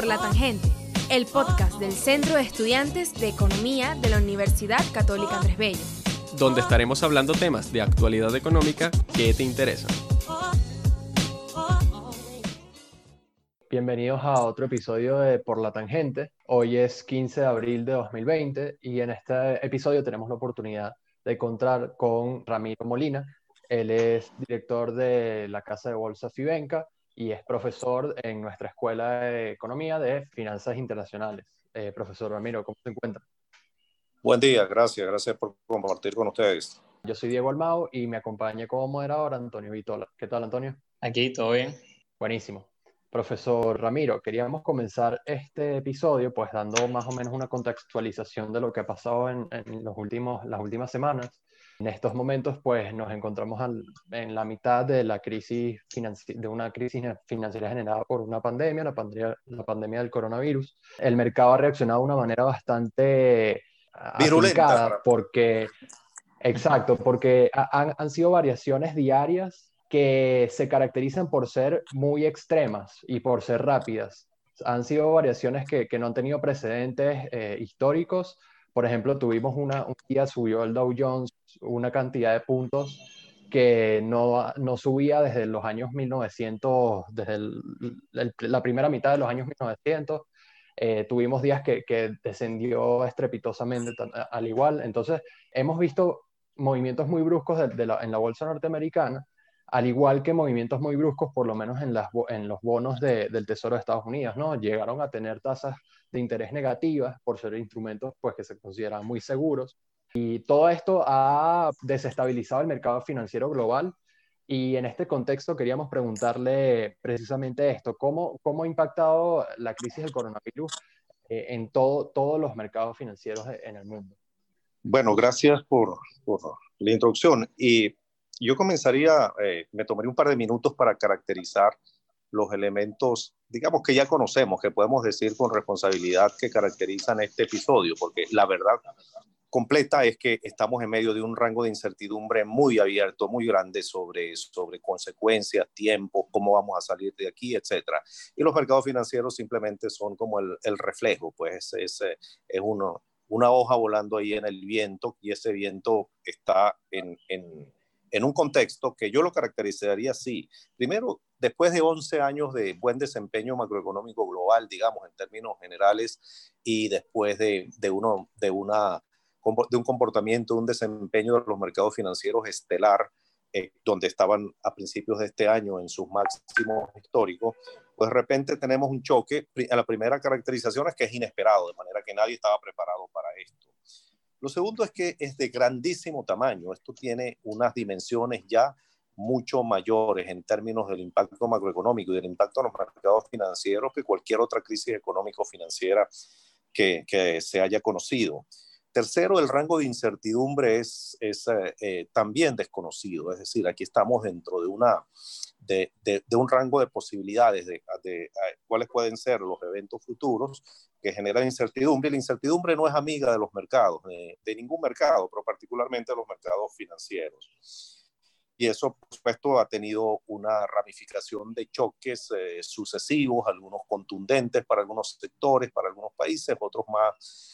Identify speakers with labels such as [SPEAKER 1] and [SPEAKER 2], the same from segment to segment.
[SPEAKER 1] Por la Tangente, el podcast del Centro de Estudiantes de Economía de la Universidad Católica Andrés Bello,
[SPEAKER 2] donde estaremos hablando temas de actualidad económica que te interesan.
[SPEAKER 3] Bienvenidos a otro episodio de Por la Tangente. Hoy es 15 de abril de 2020 y en este episodio tenemos la oportunidad de encontrar con Ramiro Molina. Él es director de la Casa de Bolsa Fivenca y es profesor en nuestra Escuela de Economía de Finanzas Internacionales. Profesor Ramiro, ¿cómo se encuentra?
[SPEAKER 4] Buen día, gracias por compartir con ustedes.
[SPEAKER 3] Yo soy Diego Almao y me acompaña como moderador Antonio Vitola. ¿Qué tal, Antonio?
[SPEAKER 5] Aquí, ¿todo bien?
[SPEAKER 3] Buenísimo. Profesor Ramiro, queríamos comenzar este episodio pues dando más o menos una contextualización de lo que ha pasado en las últimas semanas. En estos momentos pues nos encontramos en la mitad de la crisis de una crisis financiera generada por una pandemia, la pandemia del coronavirus. El mercado ha reaccionado de una manera bastante
[SPEAKER 4] virulenta,
[SPEAKER 3] porque han sido variaciones diarias que se caracterizan por ser muy extremas y por ser rápidas. Han sido variaciones que no han tenido precedentes históricos. Por ejemplo, tuvimos un día subió el Dow Jones una cantidad de puntos que no subía desde los años 1900, desde la primera mitad de los años 1900. Tuvimos días que descendió estrepitosamente al igual. Entonces, hemos visto movimientos muy bruscos en la bolsa norteamericana, al igual que movimientos muy bruscos, por lo menos en los bonos del Tesoro de Estados Unidos, ¿no? Llegaron a tener tasas de interés negativas por ser instrumentos pues, que se consideran muy seguros. Y todo esto ha desestabilizado el mercado financiero global. Y en este contexto queríamos preguntarle precisamente esto: ¿cómo ha impactado la crisis del coronavirus en todos los mercados financieros en el mundo?
[SPEAKER 4] Bueno, gracias por la introducción. Y yo comenzaría, me tomaría un par de minutos para caracterizar los elementos, digamos, que ya conocemos, que podemos decir con responsabilidad que caracterizan este episodio, porque la verdad completa es que estamos en medio de un rango de incertidumbre muy abierto, muy grande sobre consecuencias, tiempos, cómo vamos a salir de aquí, etcétera. Y los mercados financieros simplemente son como el reflejo, pues es una hoja volando ahí en el viento, y ese viento está en un contexto que yo lo caracterizaría así. Primero, después de 11 años de buen desempeño macroeconómico global, digamos, en términos generales, y después de un comportamiento, un desempeño de los mercados financieros estelar, donde estaban a principios de este año en sus máximos históricos, pues de repente tenemos un choque. La primera caracterización es que es inesperado, de manera que nadie estaba preparado para esto. Lo segundo es que es de grandísimo tamaño. Esto tiene unas dimensiones ya mucho mayores en términos del impacto macroeconómico y del impacto en los mercados financieros que cualquier otra crisis económico-financiera que se haya conocido. Tercero, el rango de incertidumbre es también desconocido. Es decir, aquí estamos dentro de un rango de posibilidades de cuáles pueden ser los eventos futuros que generan incertidumbre. Y la incertidumbre no es amiga de los mercados, de ningún mercado, pero particularmente de los mercados financieros. Y eso, por supuesto, ha tenido una ramificación de choques sucesivos, algunos contundentes para algunos sectores, para algunos países, otros más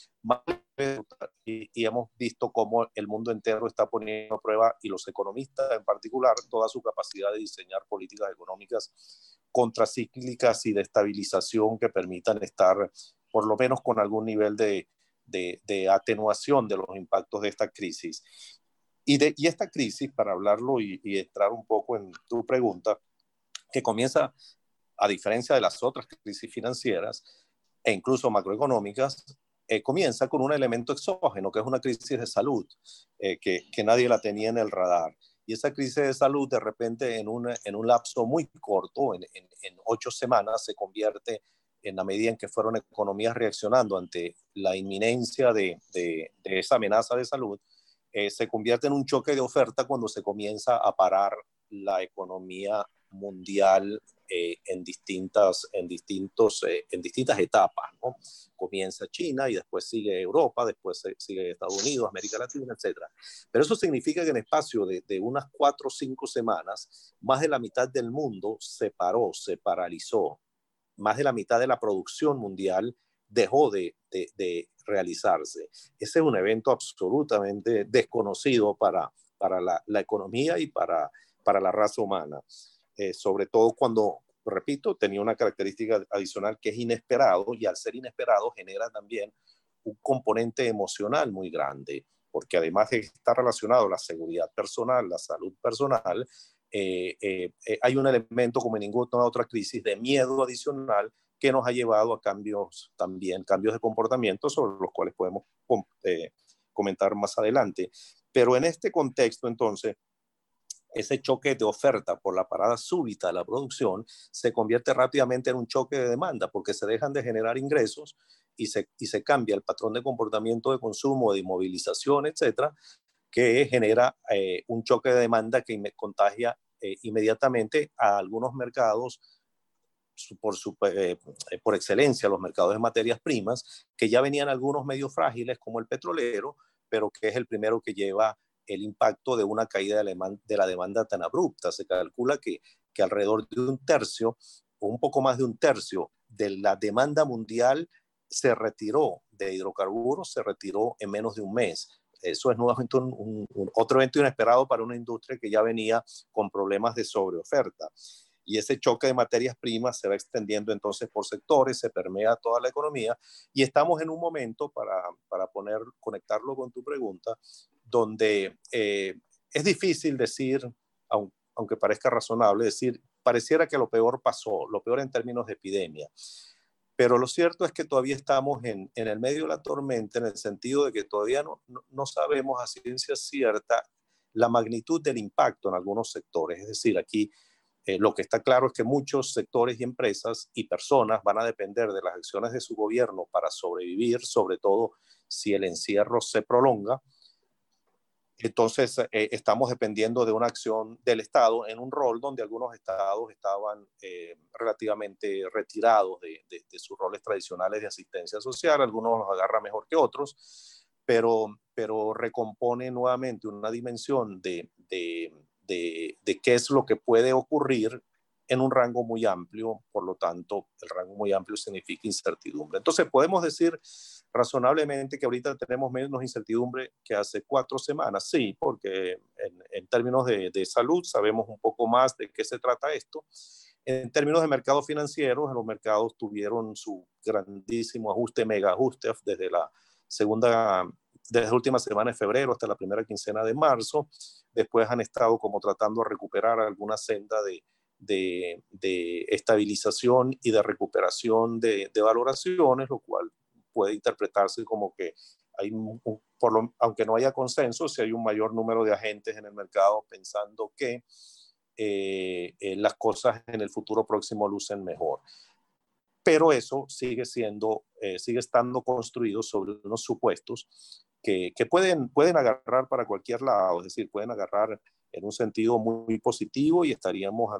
[SPEAKER 4] y hemos visto cómo el mundo entero está poniendo a prueba, y los economistas en particular, toda su capacidad de diseñar políticas económicas contracíclicas y de estabilización que permitan estar por lo menos con algún nivel de atenuación de los impactos de esta crisis. Y esta crisis, para hablarlo y entrar un poco en tu pregunta, que comienza, a diferencia de las otras crisis financieras e incluso macroeconómicas, comienza con un elemento exógeno, que es una crisis de salud, que nadie la tenía en el radar. Y esa crisis de salud, de repente, en un lapso muy corto, en 8 semanas, se convierte, en la medida en que fueron economías reaccionando ante la inminencia de esa amenaza de salud, se convierte en un choque de oferta cuando se comienza a parar la economía mundial en distintas etapas, ¿no? Comienza China y después sigue Europa, después sigue Estados Unidos, América Latina, etc. Pero eso significa que en espacio de unas 4 o 5 semanas, más de la mitad del mundo se paró, se paralizó. más de la mitad de la producción mundial dejó de realizarse. Ese es un evento absolutamente desconocido para la economía y para la raza humana, sobre todo cuando, repito, tenía una característica adicional que es inesperado, y al ser inesperado genera también un componente emocional muy grande, porque además de estar relacionado a la seguridad personal, la salud personal, hay un elemento, como en ninguna otra crisis, de miedo adicional que nos ha llevado a cambios de comportamiento sobre los cuales podemos comentar más adelante. Pero en este contexto, entonces, ese choque de oferta por la parada súbita de la producción se convierte rápidamente en un choque de demanda, porque se dejan de generar ingresos y se cambia el patrón de comportamiento de consumo, de inmovilización, etcétera, que genera un choque de demanda que contagia inmediatamente a algunos mercados por excelencia, los mercados de materias primas, que ya venían algunos medio frágiles como el petrolero, pero que es el primero que lleva el impacto de una caída de la demanda tan abrupta. Se calcula que alrededor de un tercio o un poco más de un tercio de la demanda mundial se retiró de hidrocarburos, se retiró en menos de un mes. Eso es nuevamente otro evento inesperado para una industria que ya venía con problemas de sobreoferta. Y ese choque de materias primas se va extendiendo entonces por sectores, se permea toda la economía, y estamos en un momento, para conectarlo con tu pregunta, donde es difícil decir, aunque parezca razonable decir, pareciera que lo peor pasó, lo peor en términos de epidemia. Pero lo cierto es que todavía estamos en el medio de la tormenta, en el sentido de que todavía no sabemos a ciencia cierta la magnitud del impacto en algunos sectores. Es decir, aquí lo que está claro es que muchos sectores y empresas y personas van a depender de las acciones de su gobierno para sobrevivir, sobre todo si el encierro se prolonga. Entonces, estamos dependiendo de una acción del Estado en un rol donde algunos estados estaban relativamente retirados de sus roles tradicionales de asistencia social. Algunos los agarra mejor que otros, pero recompone nuevamente una dimensión de qué es lo que puede ocurrir en un rango muy amplio. Por lo tanto, el rango muy amplio significa incertidumbre. Entonces, podemos decir razonablemente que ahorita tenemos menos incertidumbre que hace 4 semanas. Sí, porque en términos de salud sabemos un poco más de qué se trata esto. En términos de mercados financieros, los mercados tuvieron su grandísimo ajuste, mega ajuste, desde la última semana de febrero hasta la primera quincena de marzo. Después han estado como tratando de recuperar alguna senda de estabilización y de recuperación de valoraciones, lo cual puede interpretarse como que aunque no haya consenso, si hay un mayor número de agentes en el mercado pensando que las cosas en el futuro próximo lucen mejor. Pero eso sigue estando construido sobre unos supuestos que pueden agarrar para cualquier lado, es decir, pueden agarrar en un sentido muy positivo y estaríamos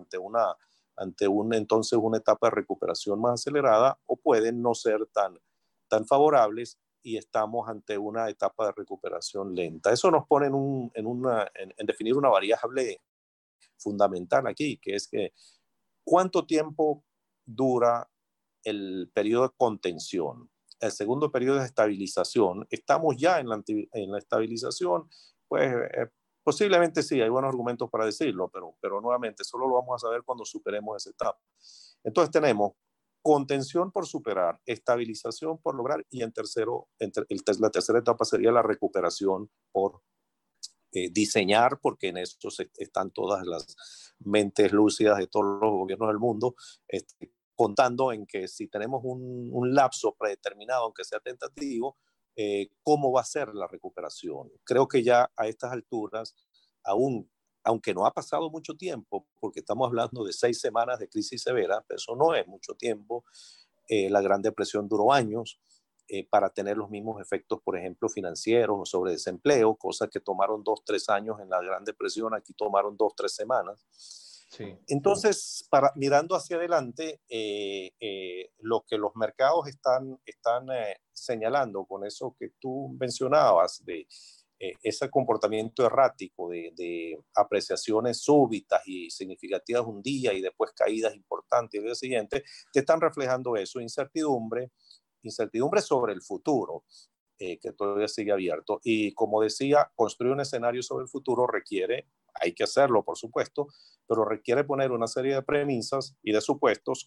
[SPEAKER 4] entonces una etapa de recuperación más acelerada, o pueden no ser tan favorables y estamos ante una etapa de recuperación lenta. Eso nos pone en definir una variable fundamental aquí, que es que ¿cuánto tiempo dura el periodo de contención? El segundo periodo de estabilización. ¿Estamos ya en la estabilización? Pues posiblemente sí, hay buenos argumentos para decirlo, pero nuevamente solo lo vamos a saber cuando superemos esa etapa. Entonces tenemos contención por superar, estabilización por lograr, y la tercera etapa sería la recuperación por diseñar, porque en eso están todas las mentes lúcidas de todos los gobiernos del mundo, contando en que si tenemos un lapso predeterminado, aunque sea tentativo, cómo va a ser la recuperación. Creo que ya a estas alturas, aunque no ha pasado mucho tiempo, porque estamos hablando de 6 semanas de crisis severa, pero eso no es mucho tiempo. La Gran Depresión duró años. Para tener los mismos efectos, por ejemplo, financieros o sobre desempleo, cosas que tomaron 2-3 años en la Gran Depresión, aquí tomaron 2-3 semanas. Sí. Entonces, mirando hacia adelante, lo que los mercados están señalando con eso que tú mencionabas, de ese comportamiento errático de apreciaciones súbitas y significativas un día y después caídas importantes bastante el día siguiente, te están reflejando eso, incertidumbre sobre el futuro, que todavía sigue abierto. Y como decía, construir un escenario sobre el futuro hay que hacerlo, por supuesto, pero requiere poner una serie de premisas y de supuestos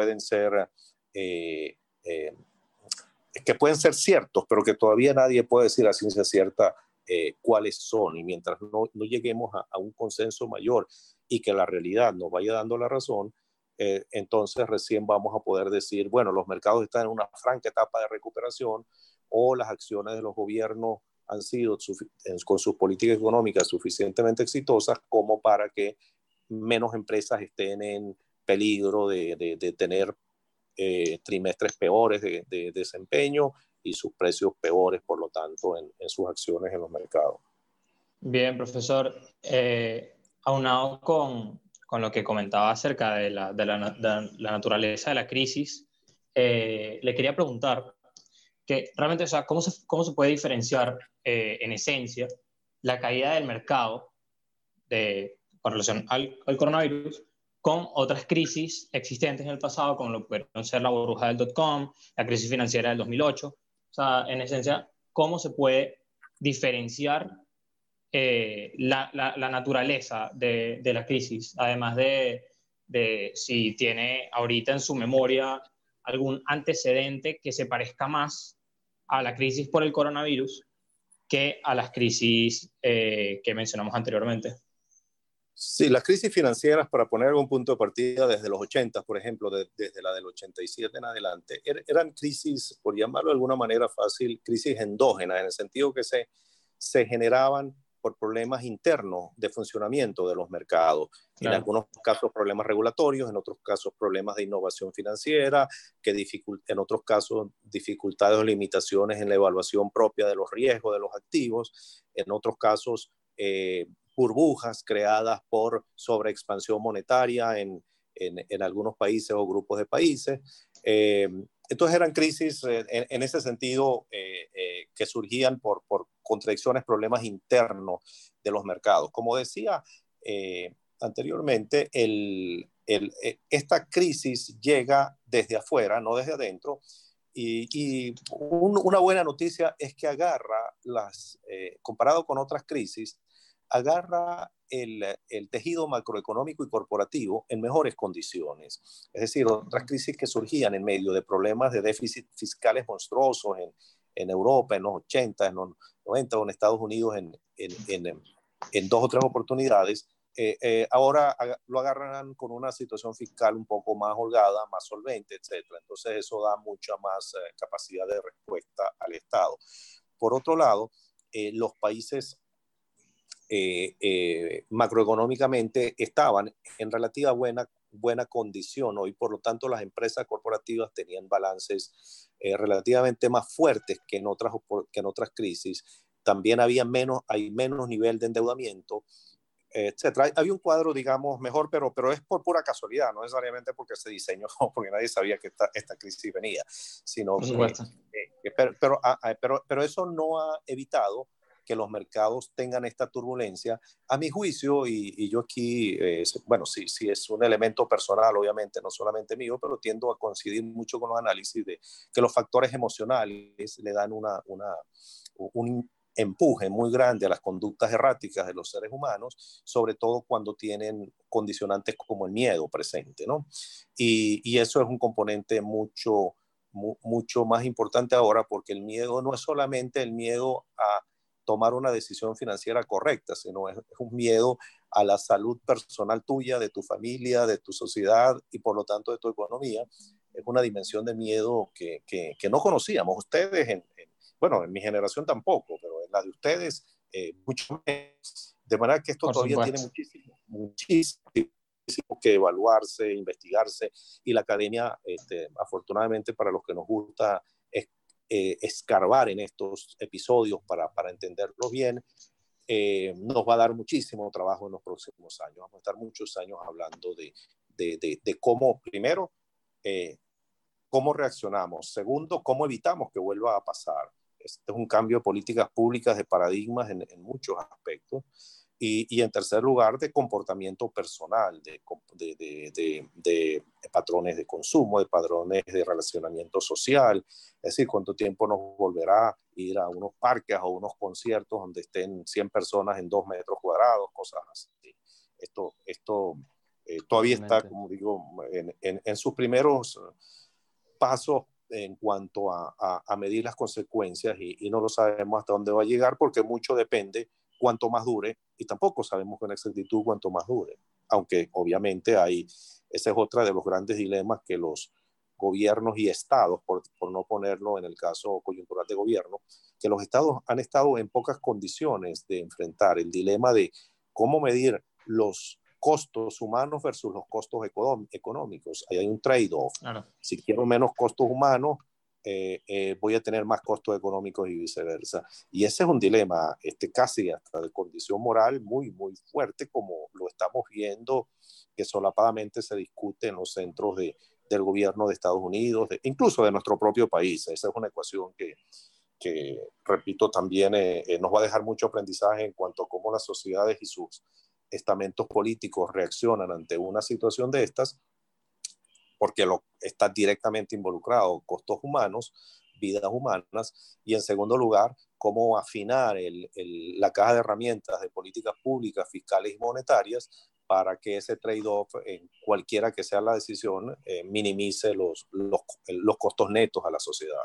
[SPEAKER 4] eh, eh, que pueden ser ciertos, pero que todavía nadie puede decir a ciencia cierta cuáles son. Y mientras no lleguemos a un consenso mayor y que la realidad nos vaya dando la razón, entonces recién vamos a poder decir, bueno, los mercados están en una franca etapa de recuperación, o las acciones de los gobiernos han sido con sus políticas económicas suficientemente exitosas como para que menos empresas estén en peligro de tener trimestres peores de desempeño y sus precios peores, por lo tanto, en sus acciones en los mercados.
[SPEAKER 5] Bien, profesor. Aunado con lo que comentaba acerca de la naturaleza de la crisis, le quería preguntar que realmente, o sea, ¿cómo se puede diferenciar en esencia la caída del mercado con relación al coronavirus con otras crisis existentes en el pasado, como lo pudieron ser la burbuja del .com, la crisis financiera del 2008? O sea, en esencia, ¿cómo se puede diferenciar la naturaleza de la crisis, además de si tiene ahorita en su memoria algún antecedente que se parezca más a la crisis por el coronavirus que a las crisis que mencionamos anteriormente?
[SPEAKER 4] Sí, las crisis financieras, para poner algún punto de partida, desde los 80, por ejemplo, desde la del 87 en adelante, eran crisis, por llamarlo de alguna manera fácil, crisis endógenas, en el sentido que se generaban por problemas internos de funcionamiento de los mercados. Claro. En algunos casos problemas regulatorios, en otros casos problemas de innovación financiera, en otros casos dificultades o limitaciones en la evaluación propia de los riesgos de los activos, en otros casos burbujas creadas por sobreexpansión monetaria en algunos países o grupos de países. Entonces eran crisis en ese sentido que surgían por contradicciones, problemas internos de los mercados. Como decía anteriormente, esta crisis llega desde afuera, no desde adentro, y una buena noticia es que agarra comparado con otras crisis, agarra el tejido macroeconómico y corporativo en mejores condiciones. Es decir, otras crisis que surgían en medio de problemas de déficit fiscales monstruosos en Europa en los 80, en los 90 o en Estados Unidos en dos o tres oportunidades, ahora lo agarran con una situación fiscal un poco más holgada, más solvente, etc. Entonces eso da mucha más capacidad de respuesta al Estado. Por otro lado, los países macroeconómicamente estaban en relativa buena condición, ¿no? Y por lo tanto las empresas corporativas tenían balances relativamente más fuertes que en otras crisis. También hay menos nivel de endeudamiento, etc. Había un cuadro, digamos, mejor, pero es por pura casualidad, no necesariamente porque se diseñó, porque nadie sabía que esta crisis venía, sino
[SPEAKER 5] por supuesto.
[SPEAKER 4] Pero eso no ha evitado que los mercados tengan esta turbulencia, a mi juicio, y yo aquí, bueno, sí es un elemento personal, obviamente, no solamente mío, pero tiendo a coincidir mucho con los análisis de que los factores emocionales le dan un empuje muy grande a las conductas erráticas de los seres humanos, sobre todo cuando tienen condicionantes como el miedo presente, ¿no? Y eso es un componente mucho más importante ahora, porque el miedo no es solamente el miedo a tomar una decisión financiera correcta, sino es un miedo a la salud personal tuya, de tu familia, de tu sociedad y por lo tanto de tu economía. Es una dimensión de miedo que no conocíamos. Ustedes, bueno, en mi generación tampoco, pero en la de ustedes mucho menos. De manera que esto
[SPEAKER 5] por
[SPEAKER 4] todavía
[SPEAKER 5] supuesto.
[SPEAKER 4] tiene muchísimo que evaluarse, investigarse, y la academia, afortunadamente para los que nos gusta escarbar en estos episodios para entenderlo bien, nos va a dar muchísimo trabajo en los próximos años. Vamos a estar muchos años hablando de cómo, primero, cómo reaccionamos. Segundo, cómo evitamos que vuelva a pasar. Este es un cambio de políticas públicas, de paradigmas en muchos aspectos. Y en tercer lugar, de comportamiento personal, de patrones de consumo, de patrones de relacionamiento social. Es decir, cuánto tiempo nos volverá a ir a unos parques o unos conciertos donde estén 100 personas en 2 metros cuadrados, cosas así. Esto todavía está, como digo, en sus primeros pasos en cuanto a medir las consecuencias y no lo sabemos hasta dónde va a llegar porque mucho depende cuánto más dure y tampoco sabemos con exactitud cuánto más dure. Aunque obviamente esa es otra de los grandes dilemas que los gobiernos y estados, por no ponerlo en el caso coyuntural de gobierno, que los estados han estado en pocas condiciones de enfrentar el dilema de cómo medir los costos humanos versus los costos económicos. Ahí hay un trade-off. Claro. Si quiero menos costos humanos, voy a tener más costos económicos y viceversa. Y ese es un dilema casi hasta de condición moral muy, muy fuerte, como lo estamos viendo que solapadamente se discute en los centros del gobierno de Estados Unidos, incluso de nuestro propio país. Esa es una ecuación que repito, también nos va a dejar mucho aprendizaje en cuanto a cómo las sociedades y sus estamentos políticos reaccionan ante una situación de estas, porque está directamente involucrado costos humanos, vidas humanas, y en segundo lugar, cómo afinar la caja de herramientas de políticas públicas, fiscales y monetarias para que ese trade-off, en cualquiera que sea la decisión, minimice los costos netos a la sociedad.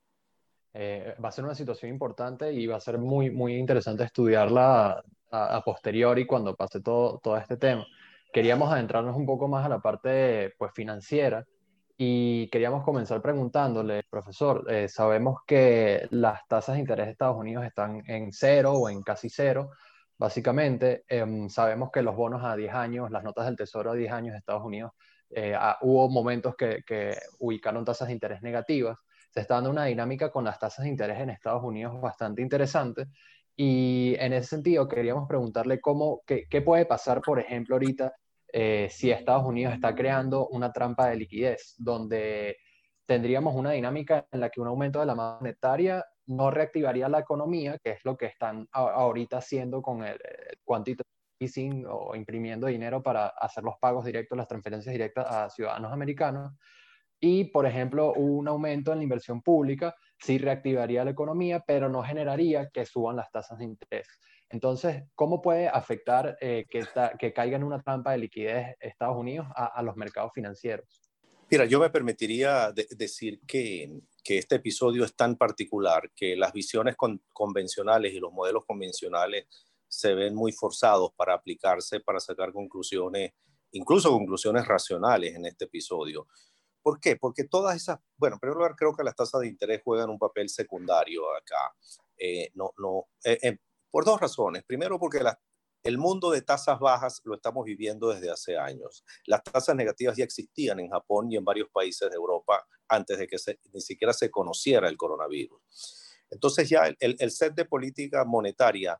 [SPEAKER 3] Va a ser una situación importante y va a ser muy, muy interesante estudiarla a posteriori cuando pase todo este tema. Queríamos adentrarnos un poco más a la parte pues, financiera y queríamos comenzar preguntándole, profesor, sabemos que las tasas de interés de Estados Unidos están en cero o en casi cero, básicamente. Sabemos que los bonos a 10 años, las notas del Tesoro a 10 años de Estados Unidos, hubo momentos que ubicaron tasas de interés negativas. Se está dando una dinámica con las tasas de interés en Estados Unidos bastante interesante. Y en ese sentido, queríamos preguntarle qué puede pasar, por ejemplo, ahorita si Estados Unidos está creando una trampa de liquidez, donde tendríamos una dinámica en la que un aumento de la masa monetaria no reactivaría la economía, que es lo que están ahorita haciendo con el quantitative easing o imprimiendo dinero para hacer los pagos directos, las transferencias directas a ciudadanos americanos. Y, por ejemplo, un aumento en la inversión pública sí reactivaría la economía, pero no generaría que suban las tasas de interés. Entonces, ¿cómo puede afectar que caiga en una trampa de liquidez Estados Unidos a los mercados financieros?
[SPEAKER 4] Mira, yo me permitiría decir que este episodio es tan particular que las visiones convencionales y los modelos convencionales se ven muy forzados para aplicarse, para sacar conclusiones, incluso conclusiones racionales en este episodio. ¿Por qué? Porque todas esas, bueno, en primer lugar creo que las tasas de interés juegan un papel secundario acá. Por dos razones. Primero, porque el mundo de tasas bajas lo estamos viviendo desde hace años. Las tasas negativas ya existían en Japón y en varios países de Europa antes de que ni siquiera se conociera el coronavirus. Entonces ya el set de política monetaria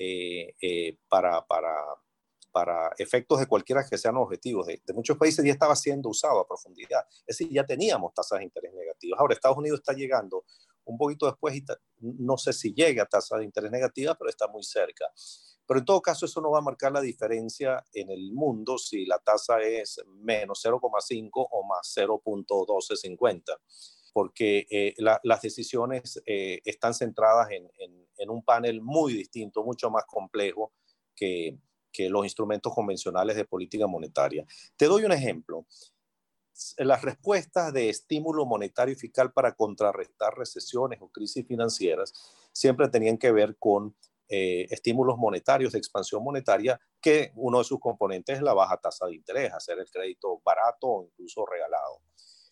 [SPEAKER 4] para efectos de cualquiera que sean los objetivos de muchos países ya estaba siendo usado a profundidad. Es decir, ya teníamos tasas de interés negativas. Ahora, Estados Unidos está llegando un poquito después y no sé si llega a tasas de interés negativas, pero está muy cerca. Pero en todo caso, eso no va a marcar la diferencia en el mundo si la tasa es menos 0,5 o más 0,1250, porque las decisiones están centradas en un panel muy distinto, mucho más complejo que los instrumentos convencionales de política monetaria. Te doy un ejemplo. Las respuestas de estímulo monetario y fiscal para contrarrestar recesiones o crisis financieras siempre tenían que ver con estímulos monetarios de expansión monetaria, que uno de sus componentes es la baja tasa de interés, hacer el crédito barato o incluso regalado.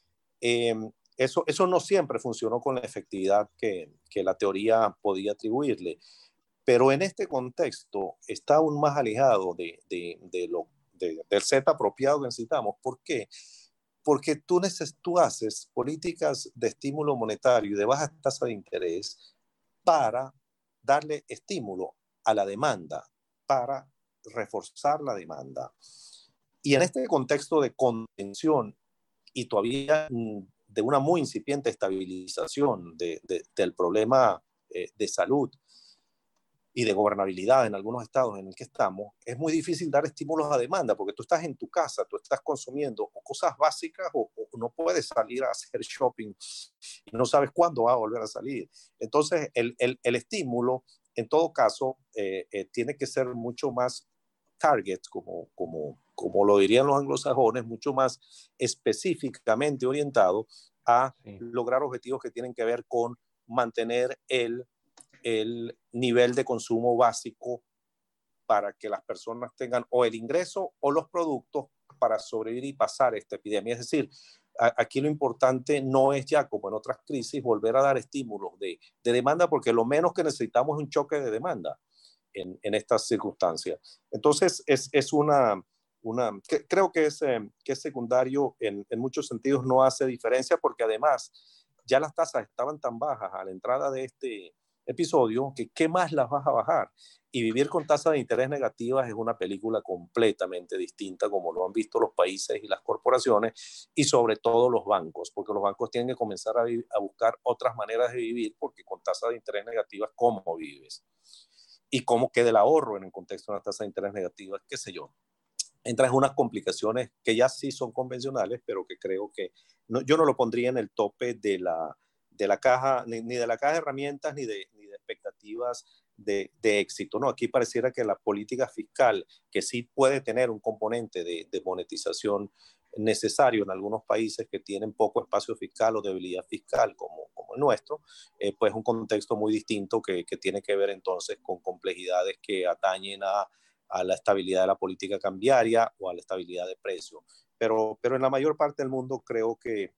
[SPEAKER 4] Eso no siempre funcionó con la efectividad que la teoría podía atribuirle. Pero en este contexto está aún más alejado del set apropiado que necesitamos. ¿Por qué? Porque tú haces políticas de estímulo monetario y de baja tasa de interés para darle estímulo a la demanda, para reforzar la demanda. Y en este contexto de contención y todavía de una muy incipiente estabilización del problema de salud, y de gobernabilidad en algunos estados en el que estamos, es muy difícil dar estímulos a demanda, porque tú estás en tu casa, tú estás consumiendo o cosas básicas o no puedes salir a hacer shopping y no sabes cuándo va a volver a salir. Entonces, el estímulo, en todo caso, tiene que ser mucho más target, como lo dirían los anglosajones, mucho más específicamente orientado a lograr objetivos que tienen que ver con mantener el nivel de consumo básico para que las personas tengan o el ingreso o los productos para sobrevivir y pasar esta epidemia. Es decir, aquí lo importante no es ya, como en otras crisis, volver a dar estímulos de demanda, porque lo menos que necesitamos es un choque de demanda en estas circunstancias. Entonces, creo que es secundario en muchos sentidos, no hace diferencia, porque además ya las tasas estaban tan bajas a la entrada de este episodio que ¿qué más las vas a bajar? Y vivir con tasas de interés negativas es una película completamente distinta, como lo han visto los países y las corporaciones, y sobre todo los bancos, porque los bancos tienen que comenzar a buscar otras maneras de vivir, porque con tasas de interés negativas, ¿cómo vives? Y cómo queda el ahorro en el contexto de una tasa de interés negativa, qué sé yo. Entras en unas complicaciones que ya sí son convencionales, pero que creo que yo no lo pondría en el tope de la caja, ni de la caja de herramientas, ni de expectativas de éxito, ¿no? Aquí pareciera que la política fiscal, que sí puede tener un componente de monetización necesario en algunos países que tienen poco espacio fiscal o debilidad fiscal, como el nuestro, pues un contexto muy distinto que tiene que ver entonces con complejidades que atañen a la estabilidad de la política cambiaria o a la estabilidad de precios. Pero en la mayor parte del mundo creo que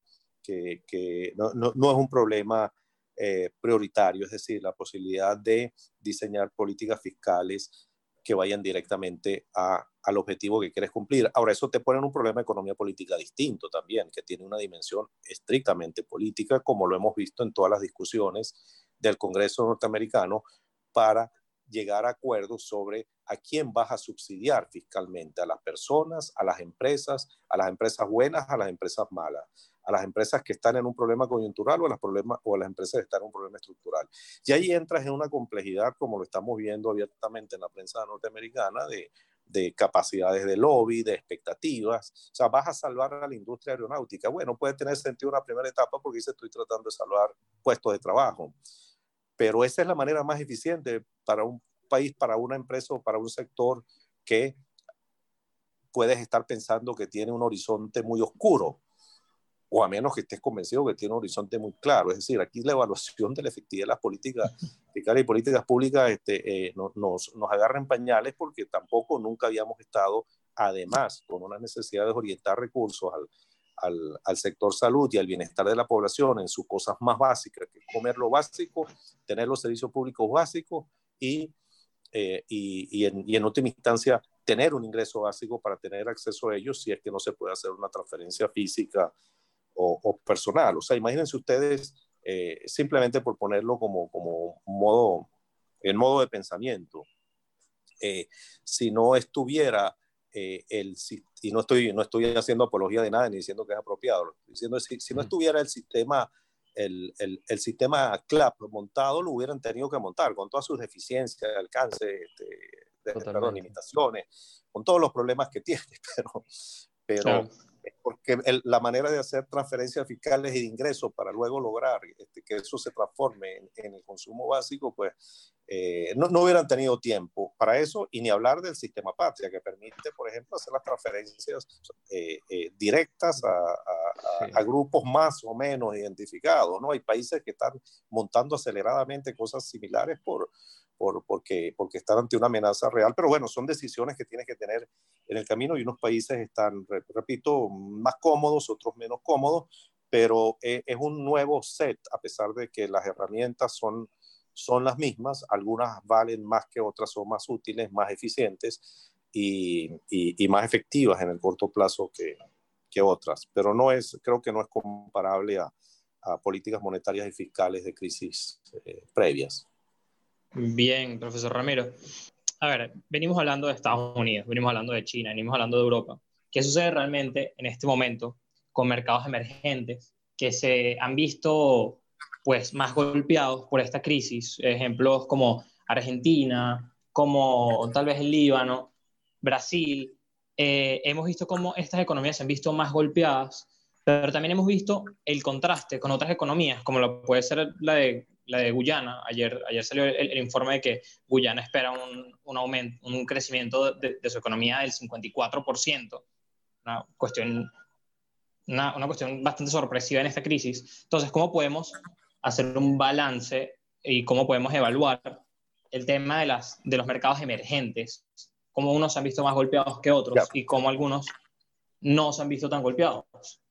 [SPEAKER 4] no es un problema prioritario, es decir, la posibilidad de diseñar políticas fiscales que vayan directamente al objetivo que quieres cumplir. Ahora, eso te pone en un problema de economía política distinto también, que tiene una dimensión estrictamente política, como lo hemos visto en todas las discusiones del Congreso norteamericano, para llegar a acuerdos sobre a quién vas a subsidiar fiscalmente, a las personas, a las empresas buenas, a las empresas malas, a las empresas que están en un problema coyuntural o a las empresas que están en un problema estructural. Y ahí entras en una complejidad, como lo estamos viendo abiertamente en la prensa norteamericana, de capacidades de lobby, de expectativas. O sea, vas a salvar a la industria aeronáutica. Bueno, puede tener sentido una primera etapa porque dice estoy tratando de salvar puestos de trabajo. Pero esa es la manera más eficiente para un país, para una empresa o para un sector que puedes estar pensando que tiene un horizonte muy oscuro, o a menos que estés convencido que tiene un horizonte muy claro. Es decir, aquí la evaluación de la efectividad de las políticas fiscales y políticas públicas nos agarra en pañales, porque tampoco nunca habíamos estado, además, con una necesidad de orientar recursos al sector salud y al bienestar de la población en sus cosas más básicas, que es comer lo básico, tener los servicios públicos básicos y en última instancia tener un ingreso básico para tener acceso a ellos, si es que no se puede hacer una transferencia física o personal. O sea, imagínense ustedes, simplemente por ponerlo como en modo de pensamiento, si no estuviera y no estoy haciendo apología de nada ni diciendo que es apropiado, lo estoy diciendo, si no estuviera el sistema CLAP montado, lo hubieran tenido que montar con todas sus deficiencias, alcance, limitaciones, con todos los problemas que tiene, pero claro, porque la manera de hacer transferencias fiscales y de ingresos para luego lograr que eso se transforme en el consumo básico, pues no hubieran tenido tiempo para eso, y ni hablar del sistema patria, que permite, por ejemplo, hacer las transferencias directas a grupos más o menos identificados, ¿no? Hay países que están montando aceleradamente cosas similares porque están ante una amenaza real, pero bueno, son decisiones que tienes que tener en el camino, y unos países están, repito, más cómodos, otros menos cómodos, pero es un nuevo set, a pesar de que las herramientas son las mismas, algunas valen más que otras, son más útiles, más eficientes y más efectivas en el corto plazo que otras, pero creo que no es comparable a políticas monetarias y fiscales de crisis previas.
[SPEAKER 5] Bien, profesor Ramiro. A ver, venimos hablando de Estados Unidos, venimos hablando de China, venimos hablando de Europa. ¿Qué sucede realmente en este momento con mercados emergentes que se han visto pues más golpeados por esta crisis? Ejemplos como Argentina, como tal vez el Líbano, Brasil. Hemos visto cómo estas economías se han visto más golpeadas, pero también hemos visto el contraste con otras economías, como lo puede ser la de Guyana. Ayer salió el informe de que Guyana espera un aumento, un crecimiento de su economía del 54%, una cuestión, una cuestión bastante sorpresiva en esta crisis. Entonces, ¿cómo podemos hacer un balance y cómo podemos evaluar el tema de los mercados emergentes? Cómo unos se han visto más golpeados que otros y cómo algunos no se han visto tan golpeados.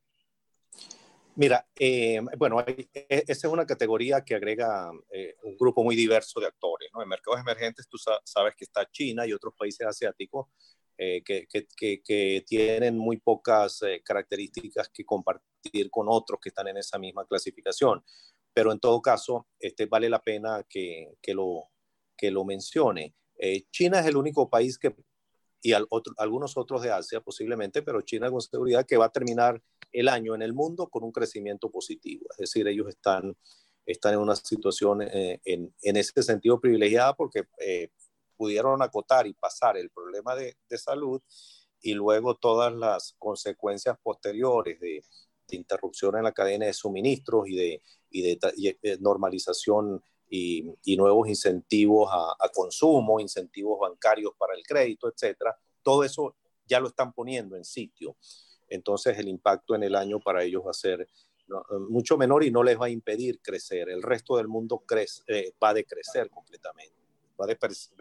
[SPEAKER 4] Mira, bueno, esa es una categoría que agrega un grupo muy diverso de actores, ¿no? En mercados emergentes tú sabes que está China y otros países asiáticos que tienen muy pocas características que compartir con otros que están en esa misma clasificación. Pero en todo caso, vale la pena que lo mencione. China es el único país y algunos otros de Asia posiblemente, pero China con seguridad que va a terminar el año en el mundo con un crecimiento positivo. Es decir, ellos están en una situación en ese sentido privilegiada porque pudieron acotar y pasar el problema de salud y luego todas las consecuencias posteriores de interrupción en la cadena de suministros y de normalización y nuevos incentivos a consumo, incentivos bancarios para el crédito, etcétera. Todo eso ya lo están poniendo en sitio. Entonces el impacto en el año para ellos va a ser mucho menor y no les va a impedir crecer. El resto del mundo va a decrecer completamente. Van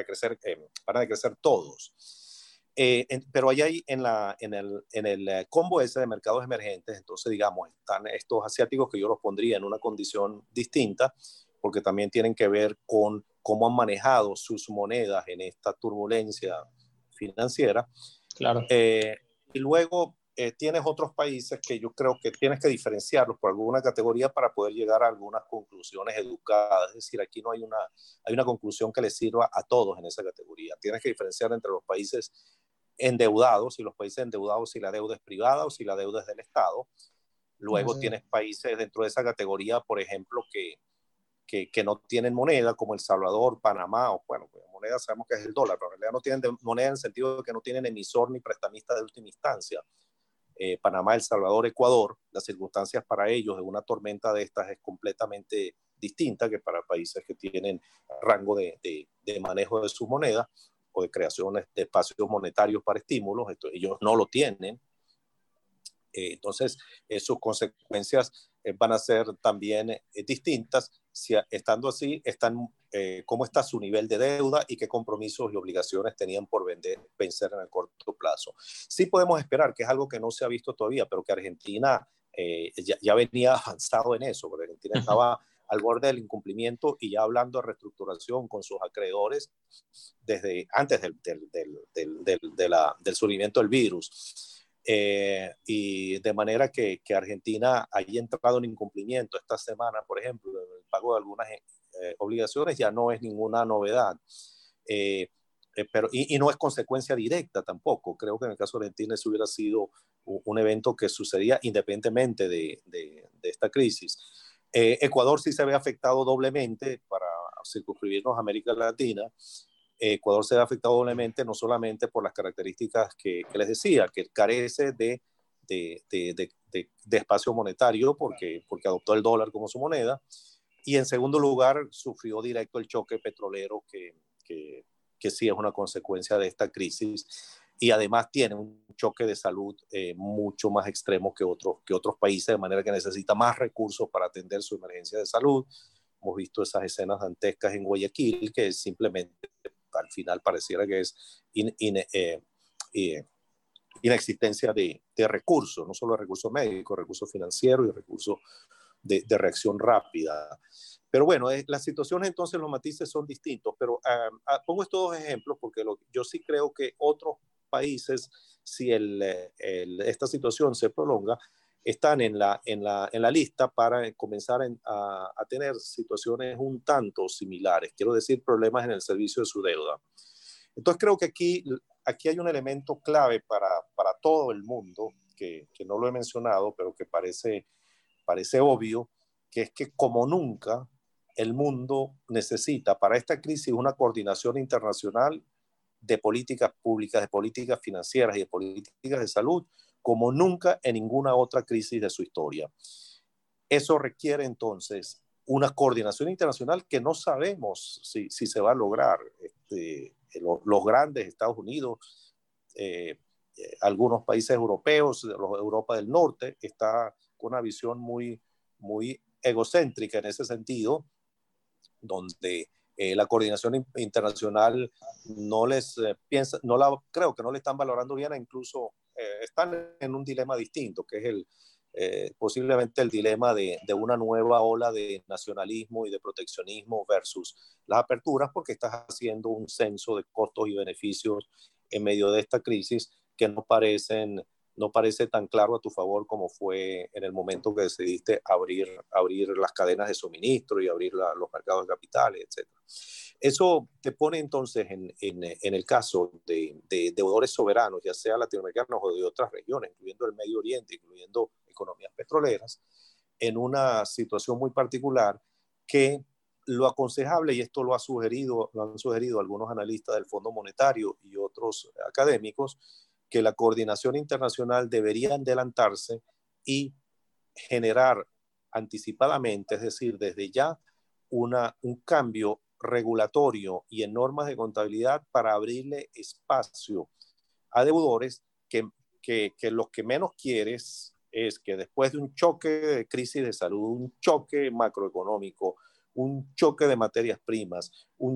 [SPEAKER 4] a decrecer todos. Pero ahí en el combo ese de mercados emergentes, entonces digamos, están estos asiáticos que yo los pondría en una condición distinta, porque también tienen que ver con cómo han manejado sus monedas en esta turbulencia financiera.
[SPEAKER 5] Claro.
[SPEAKER 4] Y luego tienes otros países que yo creo que tienes que diferenciarlos por alguna categoría para poder llegar a algunas conclusiones educadas. Es decir, aquí no hay una conclusión que les sirva a todos en esa categoría. Tienes que diferenciar entre los países endeudados, y los países endeudados si la deuda es privada o si la deuda es del Estado. Luego tienes países dentro de esa categoría, por ejemplo, que no tienen moneda, como El Salvador, Panamá, o bueno, pues moneda sabemos que es el dólar, pero en realidad no tienen moneda en el sentido de que no tienen emisor ni prestamista de última instancia. Panamá, El Salvador, Ecuador, las circunstancias para ellos de una tormenta de estas es completamente distinta que para países que tienen rango de manejo de sus monedas o de creación de espacios monetarios para estímulos. Ellos no lo tienen. Entonces, sus consecuencias van a ser también distintas. Si estando así, cómo está su nivel de deuda y qué compromisos y obligaciones tenían por vencer en el corto plazo. Sí podemos esperar, que es algo que no se ha visto todavía, pero que Argentina ya venía avanzado en eso, porque Argentina estaba al borde del incumplimiento y ya hablando de reestructuración con sus acreedores desde antes del surgimiento del virus. Y de manera que Argentina haya entrado en incumplimiento esta semana, por ejemplo, el pago de algunas obligaciones ya no es ninguna novedad. Pero no es consecuencia directa tampoco. Creo que en el caso de Argentina eso hubiera sido un evento que sucedía independientemente de esta crisis. Ecuador sí se ve afectado doblemente, para circunscribirnos a América Latina. Ecuador se ve afectado doblemente, no solamente por las características que les decía, que carece de espacio monetario porque adoptó el dólar como su moneda, y en segundo lugar sufrió directo el choque petrolero que sí es una consecuencia de esta crisis, y además tiene un choque de salud mucho más extremo que otros países, de manera que necesita más recursos para atender su emergencia de salud. Hemos visto esas escenas dantescas en Guayaquil, que simplemente al final pareciera que es inexistencia de recursos, no solo de recursos médicos, recursos financieros y recursos de reacción rápida. Pero bueno, las situaciones entonces, los matices son distintos, pero pongo estos dos ejemplos porque yo sí creo que otros países, si esta situación se prolonga, están en la lista para comenzar a tener situaciones un tanto similares, quiero decir, problemas en el servicio de su deuda. Entonces creo que aquí hay un elemento clave para todo el mundo, que no lo he mencionado, pero que parece obvio, que es que como nunca el mundo necesita para esta crisis una coordinación internacional de políticas públicas, de políticas financieras y de políticas de salud, como nunca en ninguna otra crisis de su historia. Eso requiere entonces una coordinación internacional que no sabemos si se va a lograr. Los grandes Estados Unidos, algunos países europeos, Europa del Norte, está con una visión muy, muy egocéntrica en ese sentido, donde la coordinación internacional creo que no le están valorando bien, e incluso están en un dilema distinto, que es posiblemente el dilema de una nueva ola de nacionalismo y de proteccionismo versus las aperturas, porque estás haciendo un censo de costos y beneficios en medio de esta crisis que no parece tan claro a tu favor como fue en el momento que decidiste abrir las cadenas de suministro y abrir los mercados de capitales, etc. Eso te pone entonces en el caso de deudores soberanos, ya sea latinoamericanos o de otras regiones, incluyendo el Medio Oriente, incluyendo economías petroleras, en una situación muy particular que lo aconsejable, y esto lo han sugerido algunos analistas del Fondo Monetario y otros académicos, que la coordinación internacional debería adelantarse y generar anticipadamente, es decir, desde ya, un cambio regulatorio y en normas de contabilidad para abrirle espacio a deudores que lo que menos quieres es que después de un choque de crisis de salud, un choque macroeconómico, un choque de materias primas,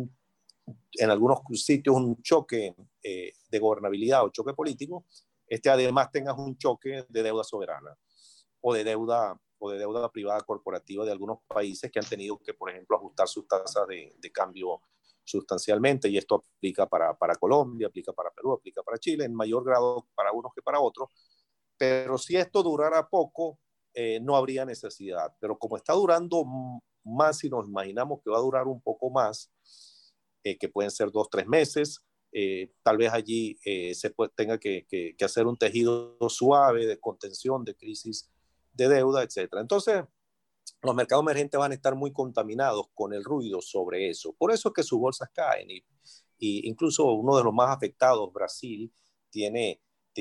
[SPEAKER 4] en algunos sitios un choque de gobernabilidad o choque político, además tengas un choque de deuda soberana o de deuda privada corporativa de algunos países que han tenido que, por ejemplo, ajustar sus tasas de cambio sustancialmente, y esto aplica para Colombia, aplica para Perú, aplica para Chile, en mayor grado para unos que para otros. Pero si esto durara poco, no habría necesidad. Pero como está durando más y nos imaginamos que va a durar un poco más, que pueden ser 2 o 3 meses, tal vez allí tenga que hacer un tejido suave de contención de crisis de deuda, etc. Entonces, los mercados emergentes van a estar muy contaminados con el ruido sobre eso. Por eso es que sus bolsas caen. Y incluso uno de los más afectados, Brasil, tiene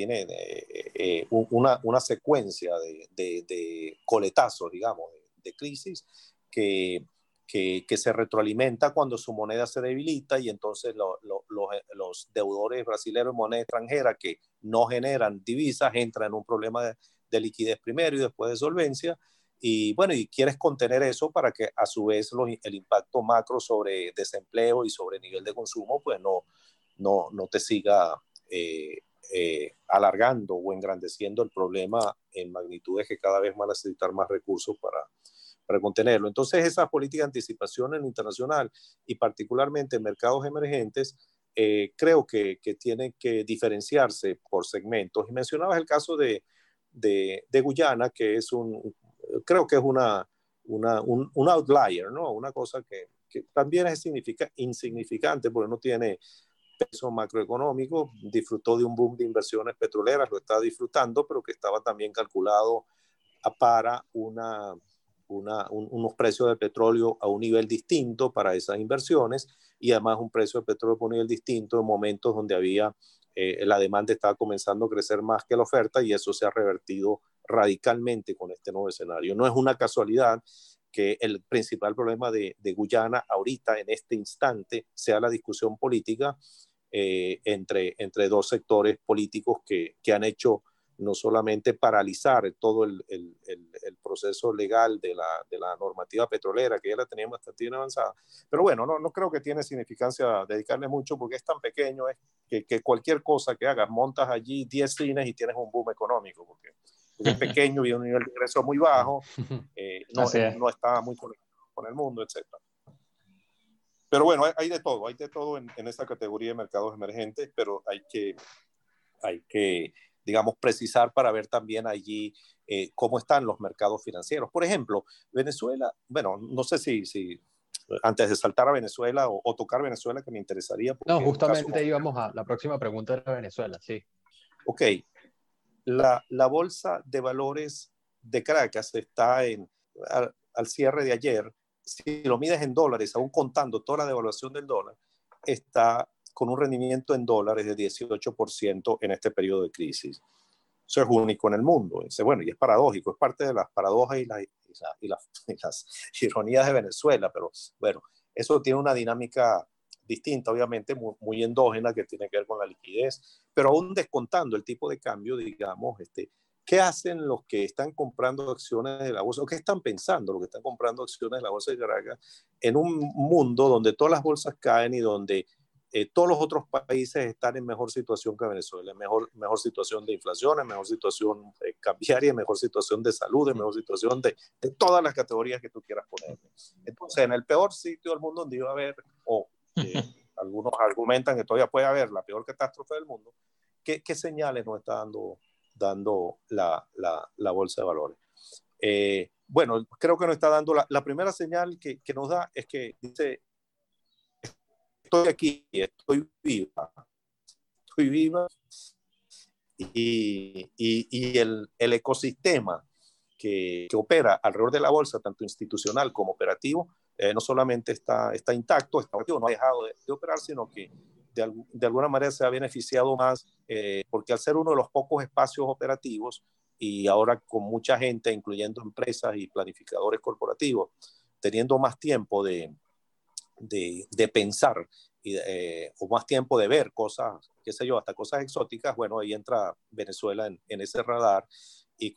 [SPEAKER 4] una secuencia de coletazos, digamos, de crisis que se retroalimenta cuando su moneda se debilita, y entonces los deudores brasileños en moneda extranjera que no generan divisas entran en un problema de liquidez primero y después de solvencia. Y bueno, y quieres contener eso para que a su vez el impacto macro sobre desempleo y sobre nivel de consumo pues no te siga alargando o engrandeciendo el problema en magnitudes que cada vez van a necesitar más recursos para contenerlo. Entonces, esa política de anticipación en internacional y particularmente en mercados emergentes, creo que tienen que diferenciarse por segmentos. Y mencionabas el caso de Guyana, que creo que es un outlier, ¿no? Una cosa que también es insignificante porque no tiene peso macroeconómico, disfrutó de un boom de inversiones petroleras, lo está disfrutando, pero que estaba también calculado para unos precios de petróleo a un nivel distinto para esas inversiones, y además un precio de petróleo a un nivel distinto en momentos donde la demanda estaba comenzando a crecer más que la oferta, y eso se ha revertido radicalmente con este nuevo escenario. No es una casualidad que el principal problema de Guyana ahorita, en este instante, sea la discusión política entre dos sectores políticos que han hecho no solamente paralizar todo el proceso legal de la normativa petrolera, que ya la teníamos bastante bien avanzada. Pero bueno, no creo que tiene significancia dedicarle mucho, porque es tan pequeño que cualquier cosa que hagas, montas allí 10 cines y tienes un boom económico, porque es pequeño y un nivel de ingreso muy bajo, no está muy conectado con el mundo, etc. Pero bueno, hay de todo en esta categoría de mercados emergentes, pero hay que digamos, precisar para ver también allí cómo están los mercados financieros. Por ejemplo, Venezuela, bueno, no sé si antes de saltar a Venezuela o tocar Venezuela, que me interesaría.
[SPEAKER 3] No, justamente íbamos a la próxima pregunta de Venezuela, sí.
[SPEAKER 4] Ok, la Bolsa de Valores de Caracas está al cierre de ayer si lo mides en dólares, aún contando toda la devaluación del dólar, está con un rendimiento en dólares de 18% en este periodo de crisis. Eso es único en el mundo. Bueno, y es paradójico, es parte de las paradojas y las ironías de Venezuela, pero bueno, eso tiene una dinámica distinta, obviamente, muy endógena, que tiene que ver con la liquidez, pero aún descontando el tipo de cambio, digamos, ¿qué hacen los que están comprando acciones de la bolsa? ¿O qué están pensando los que están comprando acciones de la bolsa de Caracas en un mundo donde todas las bolsas caen y donde todos los otros países están en mejor situación que Venezuela, mejor situación de inflación, en mejor situación cambiaria, en mejor situación de salud, en mejor situación de todas las categorías que tú quieras ponerle? Entonces, en el peor sitio del mundo donde iba a haber, algunos argumentan que todavía puede haber la peor catástrofe del mundo, ¿qué señales nos está dando la bolsa de valores? Bueno, creo que nos está dando la primera señal que nos da es que dice: estoy aquí, estoy viva, y el ecosistema que opera alrededor de la bolsa, tanto institucional como operativo, no solamente está intacto, está activo, no ha dejado de operar, sino que de alguna manera se ha beneficiado más, porque al ser uno de los pocos espacios operativos, y ahora con mucha gente, incluyendo empresas y planificadores corporativos, teniendo más tiempo de pensar o más tiempo de ver cosas, qué sé yo, hasta cosas exóticas, bueno, ahí entra Venezuela en ese radar y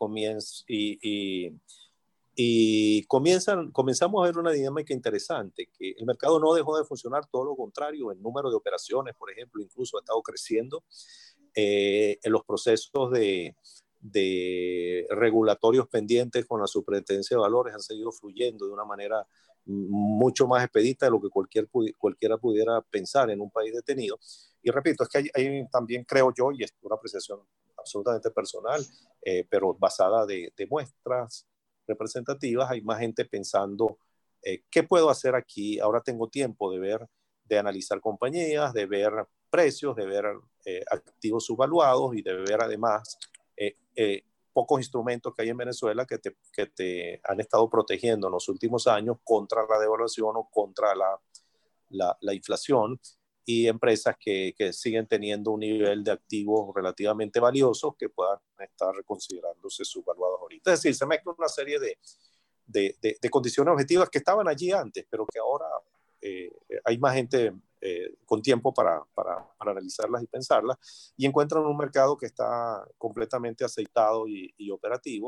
[SPEAKER 4] comenzamos a ver una dinámica interesante, que el mercado no dejó de funcionar, todo lo contrario, el número de operaciones, por ejemplo, incluso ha estado creciendo, en los procesos de regulatorios pendientes con la Superintendencia de Valores han seguido fluyendo de una manera mucho más expedita de lo que cualquiera pudiera pensar en un país detenido. Y repito, es que hay también, creo yo, y es una apreciación absolutamente personal, pero basada de muestras representativas, hay más gente pensando, ¿qué puedo hacer aquí? Ahora tengo tiempo de analizar compañías, de ver precios, de ver activos subvaluados y de ver además pocos instrumentos que hay en Venezuela que te han estado protegiendo en los últimos años contra la devaluación o contra la inflación, y empresas que siguen teniendo un nivel de activos relativamente valiosos que puedan estar considerándose subvaluados ahorita. Es decir, se mezcla una serie de condiciones objetivas que estaban allí antes, pero que ahora hay más gente con tiempo para analizarlas y pensarlas, y encuentran un mercado que está completamente aceitado y operativo,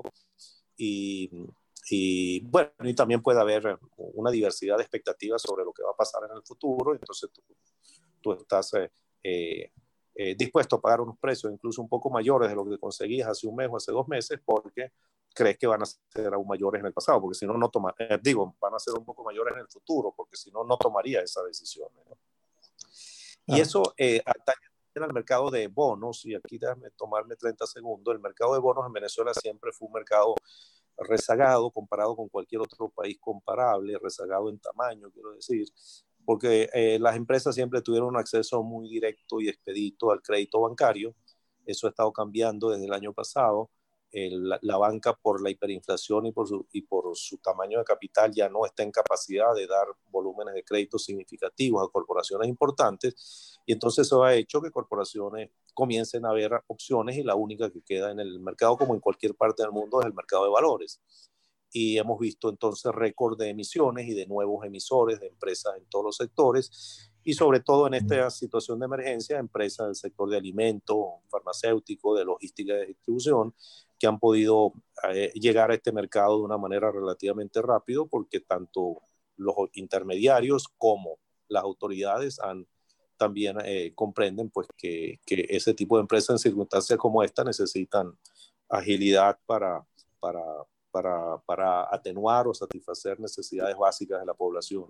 [SPEAKER 4] y bueno, y también puede haber una diversidad de expectativas sobre lo que va a pasar en el futuro. Entonces tú estás dispuesto a pagar unos precios incluso un poco mayores de lo que conseguías hace un mes o hace 2 meses, porque crees que van a ser aún mayores en el pasado, porque si no, van a ser un poco mayores en el futuro, porque si no, no tomaría esa decisión, ¿no? Y eso atañe al mercado de bonos, y aquí déjame tomarme 30 segundos. El mercado de bonos en Venezuela siempre fue un mercado rezagado comparado con cualquier otro país comparable, rezagado en tamaño, quiero decir, porque las empresas siempre tuvieron un acceso muy directo y expedito al crédito bancario. Eso ha estado cambiando desde el año pasado. La banca, por la hiperinflación y por su tamaño de capital, ya no está en capacidad de dar volúmenes de crédito significativos a corporaciones importantes, y entonces eso ha hecho que corporaciones comiencen a ver opciones, y la única que queda en el mercado, como en cualquier parte del mundo, es el mercado de valores. Y hemos visto entonces récord de emisiones y de nuevos emisores de empresas en todos los sectores, y sobre todo en esta situación de emergencia, empresas del sector de alimentos, farmacéutico, de logística y de distribución, que han podido llegar a este mercado de una manera relativamente rápido, porque tanto los intermediarios como las autoridades también comprenden pues que ese tipo de empresas en circunstancias como esta necesitan agilidad para atenuar o satisfacer necesidades básicas de la población.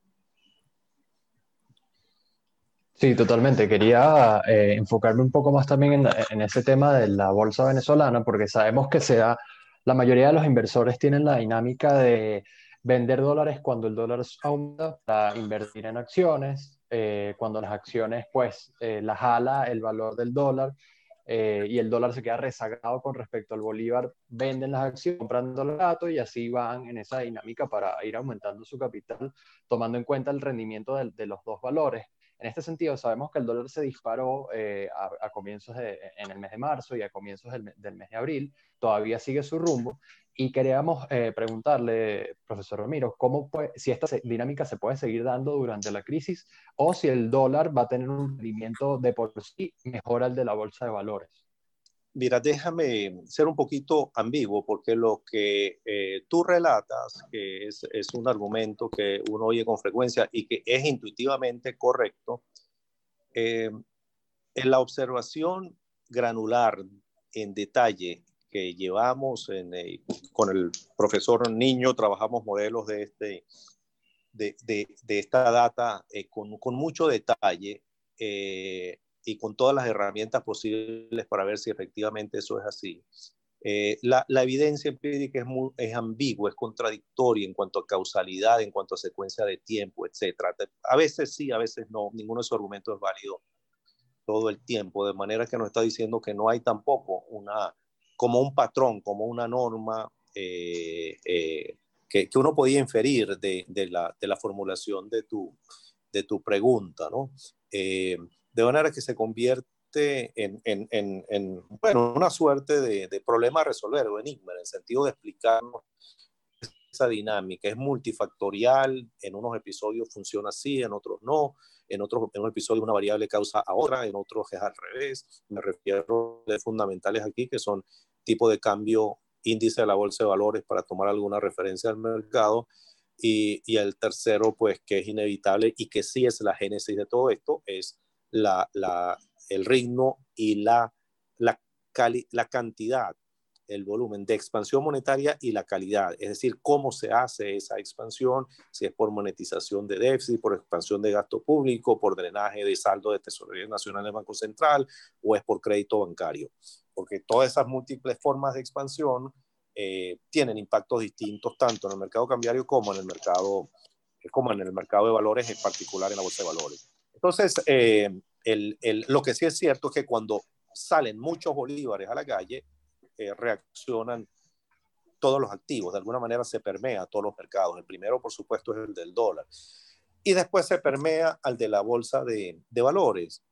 [SPEAKER 3] Sí, totalmente. Quería enfocarme un poco más también en ese tema de la bolsa venezolana, porque sabemos que la mayoría de los inversores tienen la dinámica de vender dólares cuando el dólar aumenta para invertir en acciones, cuando las acciones pues las jala el valor del dólar, y el dólar se queda rezagado con respecto al bolívar, venden las acciones comprando el dato y así van en esa dinámica para ir aumentando su capital, tomando en cuenta el rendimiento de los dos valores. En este sentido, sabemos que el dólar se disparó a comienzos en el mes de marzo y a comienzos del mes de abril, todavía sigue su rumbo. Y queríamos preguntarle, profesor Ramiro, si esta dinámica se puede seguir dando durante la crisis o si el dólar va a tener un rendimiento de por sí mejor al de la bolsa de valores.
[SPEAKER 4] Mira, déjame ser un poquito ambiguo porque lo que tú relatas, que es un argumento que uno oye con frecuencia y que es intuitivamente correcto, en la observación granular en detalle que llevamos con el profesor Niño, trabajamos modelos de esta data con mucho detalle y con todas las herramientas posibles para ver si efectivamente eso es así. La evidencia empírica es ambigua, es contradictoria en cuanto a causalidad, en cuanto a secuencia de tiempo, etc. A veces sí, a veces no. Ninguno de esos argumentos es válido todo el tiempo, de manera que nos está diciendo que no hay tampoco como un patrón, como una norma que uno podía inferir de la formulación de tu pregunta, ¿no? De manera que se convierte en bueno, una suerte de problema a resolver o enigma, en el sentido de explicarnos esa dinámica. Es multifactorial, en unos episodios funciona así, en otros no, en un episodio una variable causa a otra, en otros es al revés. Me refiero a fundamentales aquí que son tipo de cambio, índice de la bolsa de valores para tomar alguna referencia al mercado, y el tercero, pues que es inevitable y que sí es la génesis de todo esto, es el ritmo y la cantidad, el volumen de expansión monetaria y la calidad, es decir, cómo se hace esa expansión, si es por monetización de déficit, por expansión de gasto público, por drenaje de saldo de Tesorería Nacional del Banco Central, o es por crédito bancario, porque todas esas múltiples formas de expansión tienen impactos distintos tanto en el mercado cambiario como en el mercado de valores, en particular en la bolsa de valores. Entonces, lo que sí es cierto es que cuando salen muchos bolívares a la calle, reaccionan todos los activos, de alguna manera se permea a todos los mercados. El primero, por supuesto, es el del dólar. Y después se permea al de la bolsa de valores.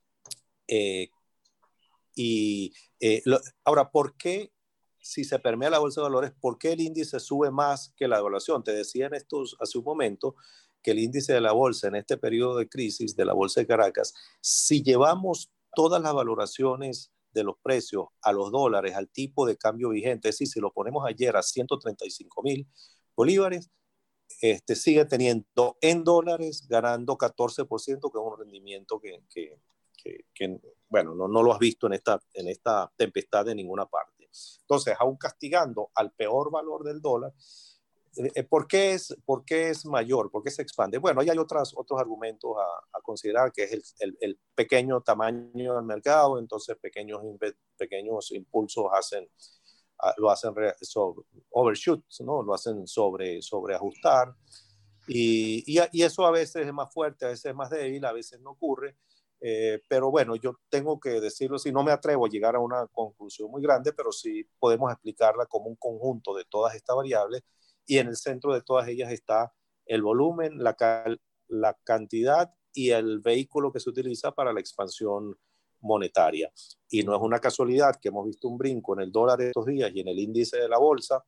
[SPEAKER 4] Ahora, ¿por qué, si se permea la bolsa de valores, por qué el índice sube más que la devaluación? Te decía hace un momento que el índice de la bolsa en este periodo de crisis de la bolsa de Caracas, si llevamos todas las valoraciones de los precios a los dólares, al tipo de cambio vigente, es decir, si lo ponemos ayer a 135.000 bolívares, sigue teniendo en dólares ganando 14%, que es un rendimiento que bueno, no lo has visto en esta tempestad de ninguna parte. Entonces, aún castigando al peor valor del dólar, ¿por qué es mayor? ¿Por qué se expande? Bueno, hay otros argumentos a considerar, que es el pequeño tamaño del mercado. Entonces pequeños impulsos lo hacen overshoot, ¿no? Lo hacen sobreajustar, y eso a veces es más fuerte, a veces es más débil, a veces no ocurre. Pero bueno, yo tengo que decirlo así, no me atrevo a llegar a una conclusión muy grande, pero sí podemos explicarla como un conjunto de todas estas variables, y en el centro de todas ellas está el volumen, la cantidad y el vehículo que se utiliza para la expansión monetaria. Y no es una casualidad que hemos visto un brinco en el dólar estos días y en el índice de la bolsa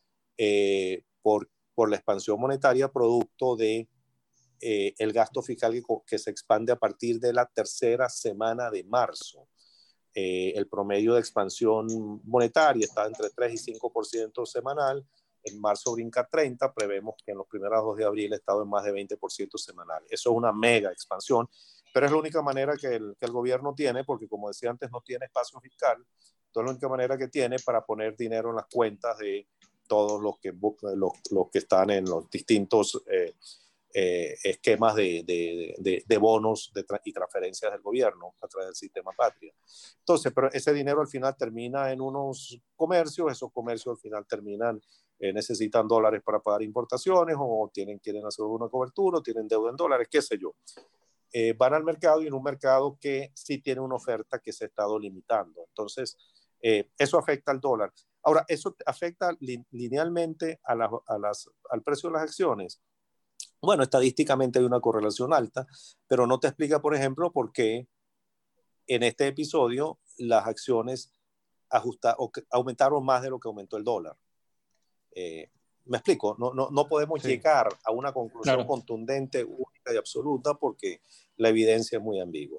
[SPEAKER 4] por la expansión monetaria, producto de el gasto fiscal que se expande a partir de la tercera semana de marzo. El promedio de expansión monetaria está entre 3 y 5% semanal. En marzo brinca 30, prevemos que en los primeros 2 de abril ha estado en más de 20% semanal. Eso es una mega expansión, pero es la única manera que el gobierno tiene, porque como decía antes, no tiene espacio fiscal. Entonces es la única manera que tiene para poner dinero en las cuentas de todos los que están en los distintos esquemas de bonos y transferencias del gobierno a través del sistema Patria. Entonces, pero ese dinero al final termina en unos comercios, esos comercios al final terminan, necesitan dólares para pagar importaciones, o quieren hacer una cobertura, o tienen deuda en dólares, qué sé yo. van al mercado y en un mercado que sí tiene una oferta que se ha estado limitando. Entonces, eso afecta al dólar. Ahora, ¿eso afecta linealmente al precio de las acciones? Bueno, estadísticamente hay una correlación alta, pero no te explica, por ejemplo, por qué en este episodio las acciones aumentaron más de lo que aumentó el dólar. ¿Me explico? No podemos llegar a una conclusión contundente, única y absoluta porque la evidencia es muy ambigua.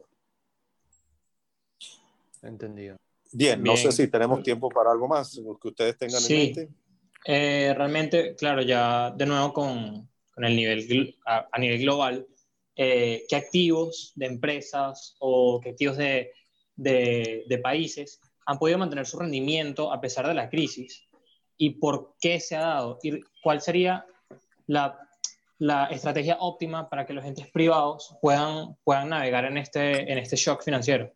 [SPEAKER 3] Entendido.
[SPEAKER 4] Bien, no sé si tenemos tiempo para algo más que ustedes tengan en mente.
[SPEAKER 5] Realmente, claro, ya de nuevo con el nivel a nivel global, ¿qué activos de empresas o qué activos de países han podido mantener su rendimiento a pesar de la crisis? ¿Y por qué se ha dado? ¿Y cuál sería la estrategia óptima para que los entes privados puedan navegar en este shock financiero?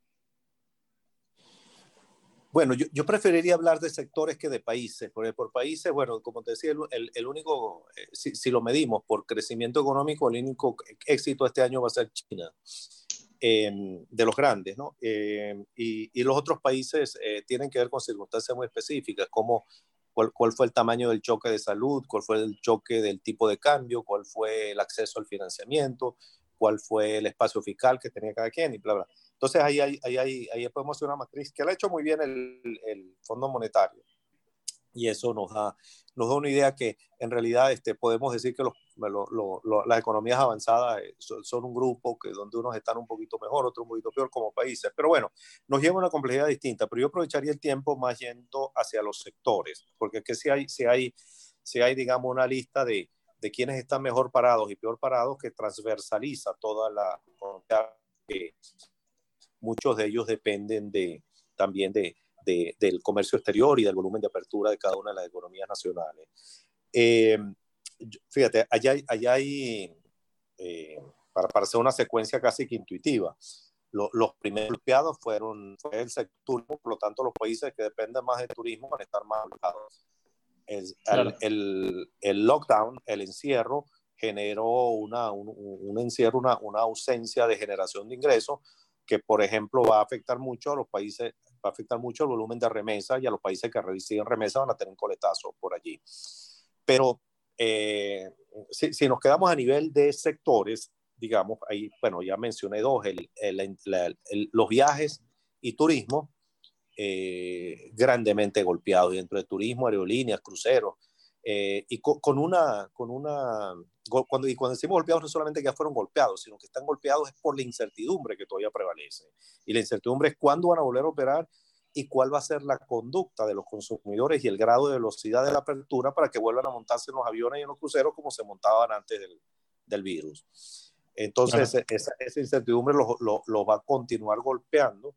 [SPEAKER 4] Bueno, yo preferiría hablar de sectores que de países, porque por países, bueno, como te decía, el único, si lo medimos por crecimiento económico, el único éxito este año va a ser China, de los grandes, ¿no? Y los otros países tienen que ver con circunstancias muy específicas, como cuál fue el tamaño del choque de salud, cuál fue el choque del tipo de cambio, cuál fue el acceso al financiamiento, cuál fue el espacio fiscal que tenía cada quien y bla, bla. Entonces ahí podemos hacer una matriz que lo ha hecho muy bien el Fondo Monetario. Y eso nos da una idea que en realidad podemos decir que las economías avanzadas son un grupo donde unos están un poquito mejor, otros un poquito peor como países. Pero bueno, nos lleva a una complejidad distinta. Pero yo aprovecharía el tiempo más yendo hacia los sectores, porque es que si hay digamos, una lista de quienes están mejor parados y peor parados que transversaliza toda la economía, que muchos de ellos dependen también del comercio exterior y del volumen de apertura de cada una de las economías nacionales. Fíjate, allá hay para hacer una secuencia casi que intuitiva, los primeros golpeados fue el sector turismo, por lo tanto los países que dependen más del turismo van a estar más golpeados. El lockdown, el encierro, generó un encierro, una ausencia de generación de ingresos que, por ejemplo, va a afectar mucho a los países, va a afectar mucho el volumen de remesas, y a los países que reciben remesas van a tener un coletazo por allí. Pero si nos quedamos a nivel de sectores, digamos, ahí, bueno, ya mencioné dos, los viajes y turismo, grandemente golpeados, y dentro de turismo, aerolíneas, cruceros, y cuando decimos golpeados, no solamente que ya fueron golpeados, sino que están golpeados es por la incertidumbre que todavía prevalece. Y la incertidumbre es cuándo van a volver a operar y cuál va a ser la conducta de los consumidores y el grado de velocidad de la apertura para que vuelvan a montarse en los aviones y en los cruceros como se montaban antes del virus. Entonces, esa incertidumbre lo va a continuar golpeando.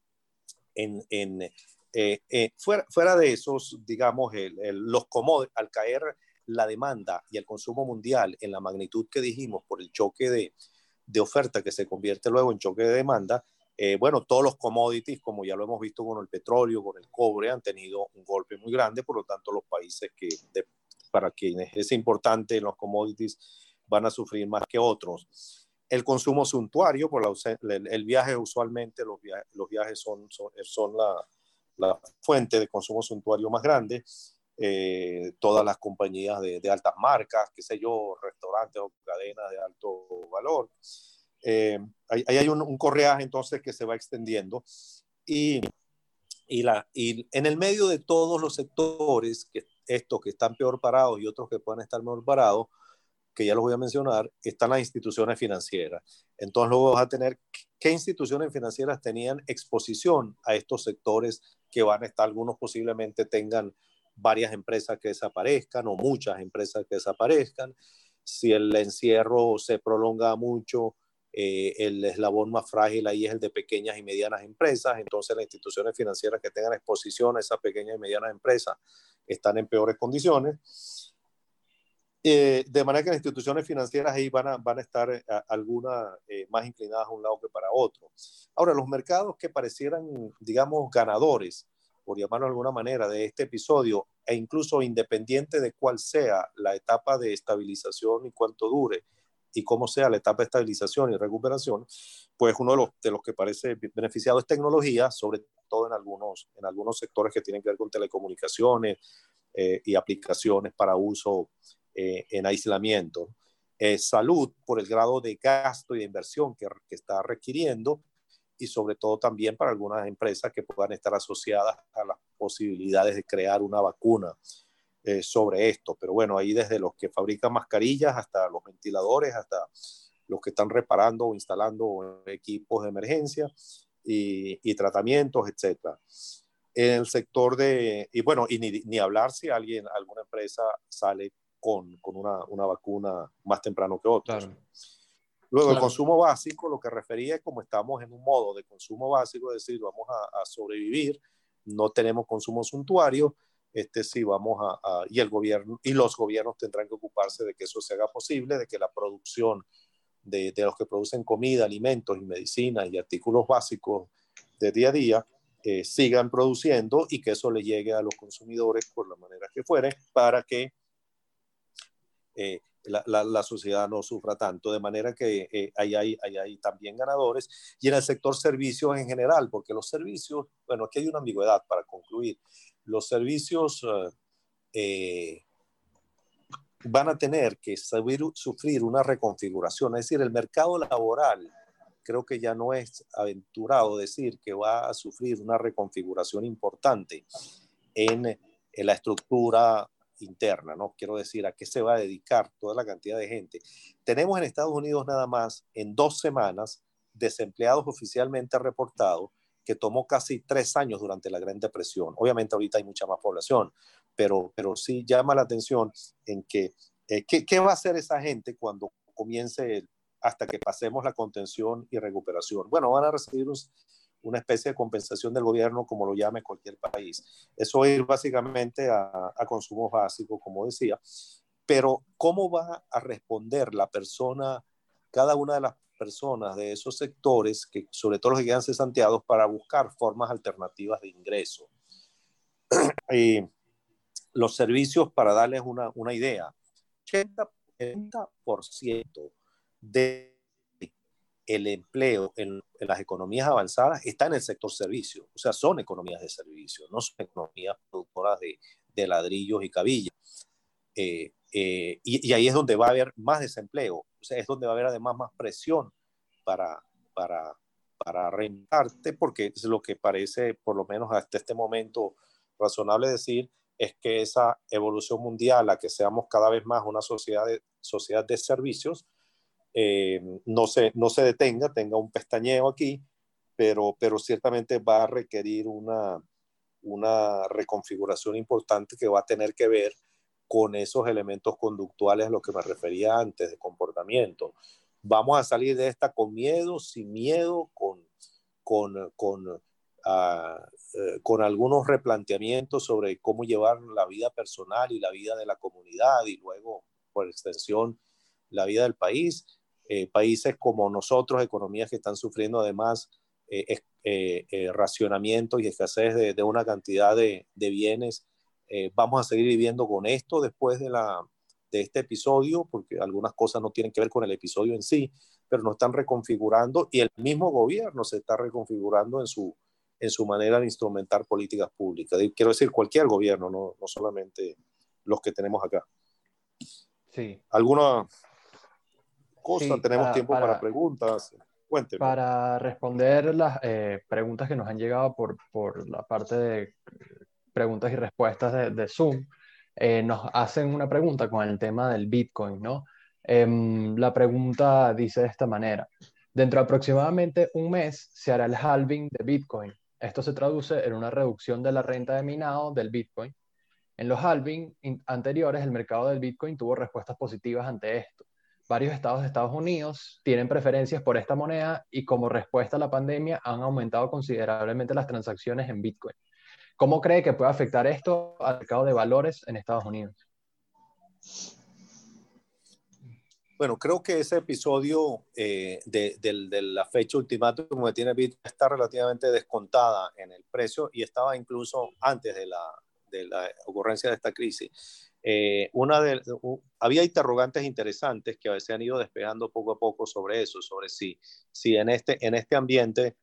[SPEAKER 4] Fuera de esos, digamos, los commodities, al caer la demanda y el consumo mundial en la magnitud que dijimos por el choque de oferta que se convierte luego en choque de demanda, bueno, todos los commodities, como ya lo hemos visto con el petróleo, con el cobre, han tenido un golpe muy grande. Por lo tanto, los países para quienes es importante los commodities van a sufrir más que otros. El consumo suntuario, por el viaje, usualmente los viajes son la fuente de consumo suntuario más grande. Todas las compañías de altas marcas, qué sé yo, restaurantes o cadenas de alto valor. Ahí hay un correaje entonces que se va extendiendo, y en el medio de todos los sectores, estos que están peor parados y otros que pueden estar mejor parados, que ya los voy a mencionar, están las instituciones financieras. Entonces luego vas a tener qué instituciones financieras tenían exposición a estos sectores que van a estar, algunos posiblemente tengan varias empresas que desaparezcan o muchas empresas que desaparezcan. Si el encierro se prolonga mucho, el eslabón más frágil ahí es el de pequeñas y medianas empresas. Entonces las instituciones financieras que tengan exposición a esas pequeñas y medianas empresas están en peores condiciones. De manera que las instituciones financieras ahí van a estar algunas más inclinadas a un lado que para otro. Ahora, los mercados que parecieran, digamos, ganadores, por llamarlo de alguna manera, de este episodio, e incluso independiente de cuál sea la etapa de estabilización y cuánto dure, y como sea la etapa de estabilización y recuperación, pues uno de los que parece beneficiado es tecnología, sobre todo en algunos sectores que tienen que ver con telecomunicaciones y aplicaciones para uso en aislamiento. Salud, por el grado de gasto y de inversión que está requiriendo, y sobre todo también para algunas empresas que puedan estar asociadas a las posibilidades de crear una vacuna sobre esto. Pero bueno, ahí desde los que fabrican mascarillas hasta los ventiladores, hasta los que están reparando o instalando equipos de emergencia y tratamientos, etcétera. En el sector y bueno, y ni hablar si alguna empresa sale con una vacuna más temprano que otros.
[SPEAKER 3] Claro.
[SPEAKER 4] Luego, el consumo básico, lo que refería es como estamos en un modo de consumo básico, es decir, vamos a sobrevivir, no tenemos consumo suntuario, sí vamos y el gobierno y los gobiernos tendrán que ocuparse de que eso se haga posible, de que la producción de los que producen comida, alimentos y medicinas y artículos básicos de día a día sigan produciendo y que eso le llegue a los consumidores por la manera que fuere para que la sociedad no sufra tanto, de manera que ahí hay también ganadores. Y en el sector servicios en general, porque los servicios, bueno, aquí hay una ambigüedad para concluir, los servicios van a tener que sufrir una reconfiguración, es decir, el mercado laboral creo que ya no es aventurado decir que va a sufrir una reconfiguración importante en la estructura interna, ¿no? Quiero decir, ¿a qué se va a dedicar toda la cantidad de gente? Tenemos en Estados Unidos nada más, en 2 semanas, desempleados oficialmente reportados, que tomó casi 3 años durante la Gran Depresión. Obviamente ahorita hay mucha más población, pero sí llama la atención en que, ¿qué va a hacer esa gente cuando comience hasta que pasemos la contención y recuperación? Bueno, van a recibir una especie de compensación del gobierno, como lo llame cualquier país. Eso va a ir básicamente a consumos básicos, como decía. Pero ¿cómo va a responder la persona, cada una de las personas de esos sectores, que sobre todo los que quedan cesanteados, para buscar formas alternativas de ingreso? Los servicios, para darles una idea, 80% de el empleo en las economías avanzadas está en el sector servicio, o sea, son economías de servicio, no son economías productoras de ladrillos y cabillas. Y ahí es donde va a haber más desempleo, o sea, es donde va a haber además más presión para reinventarte, porque es lo que parece, por lo menos hasta este momento, razonable decir, es que esa evolución mundial, a que seamos cada vez más una sociedad de servicios, no se detenga, tenga un pestañeo aquí, pero ciertamente va a requerir una reconfiguración importante que va a tener que ver con esos elementos conductuales a los que me refería antes, de comportamiento. Vamos a salir de esta con miedo, sin miedo, con algunos replanteamientos sobre cómo llevar la vida personal y la vida de la comunidad y luego, por extensión, la vida del país. Países como nosotros, economías que están sufriendo además racionamiento y escasez de una cantidad de bienes. Vamos a seguir viviendo con esto después de este episodio, porque algunas cosas no tienen que ver con el episodio en sí, pero nos están reconfigurando y el mismo gobierno se está reconfigurando en su manera de instrumentar políticas públicas. Quiero decir, cualquier gobierno, no solamente los que tenemos acá.
[SPEAKER 3] Sí.
[SPEAKER 4] ¿Alguna cosa?
[SPEAKER 3] Sí,
[SPEAKER 4] Tenemos tiempo para preguntas. Cuénteme.
[SPEAKER 3] Para responder las preguntas que nos han llegado por la parte de preguntas y respuestas de Zoom, nos hacen una pregunta con el tema del Bitcoin, ¿no? La pregunta dice de esta manera: dentro de aproximadamente un mes se hará el halving de Bitcoin. Esto se traduce en una reducción de la renta de minado del Bitcoin. En los halving anteriores, el mercado del Bitcoin tuvo respuestas positivas ante esto. Varios estados de Estados Unidos tienen preferencias por esta moneda y como respuesta a la pandemia han aumentado considerablemente las transacciones en Bitcoin. ¿Cómo cree que puede afectar esto al mercado de valores en Estados Unidos?
[SPEAKER 4] Bueno, creo que ese episodio de la fecha ultimátum que tiene Bitcoin está relativamente descontada en el precio y estaba incluso antes de la ocurrencia de esta crisis. había interrogantes interesantes que se han ido despejando poco a poco sobre eso, sobre si en este ambiente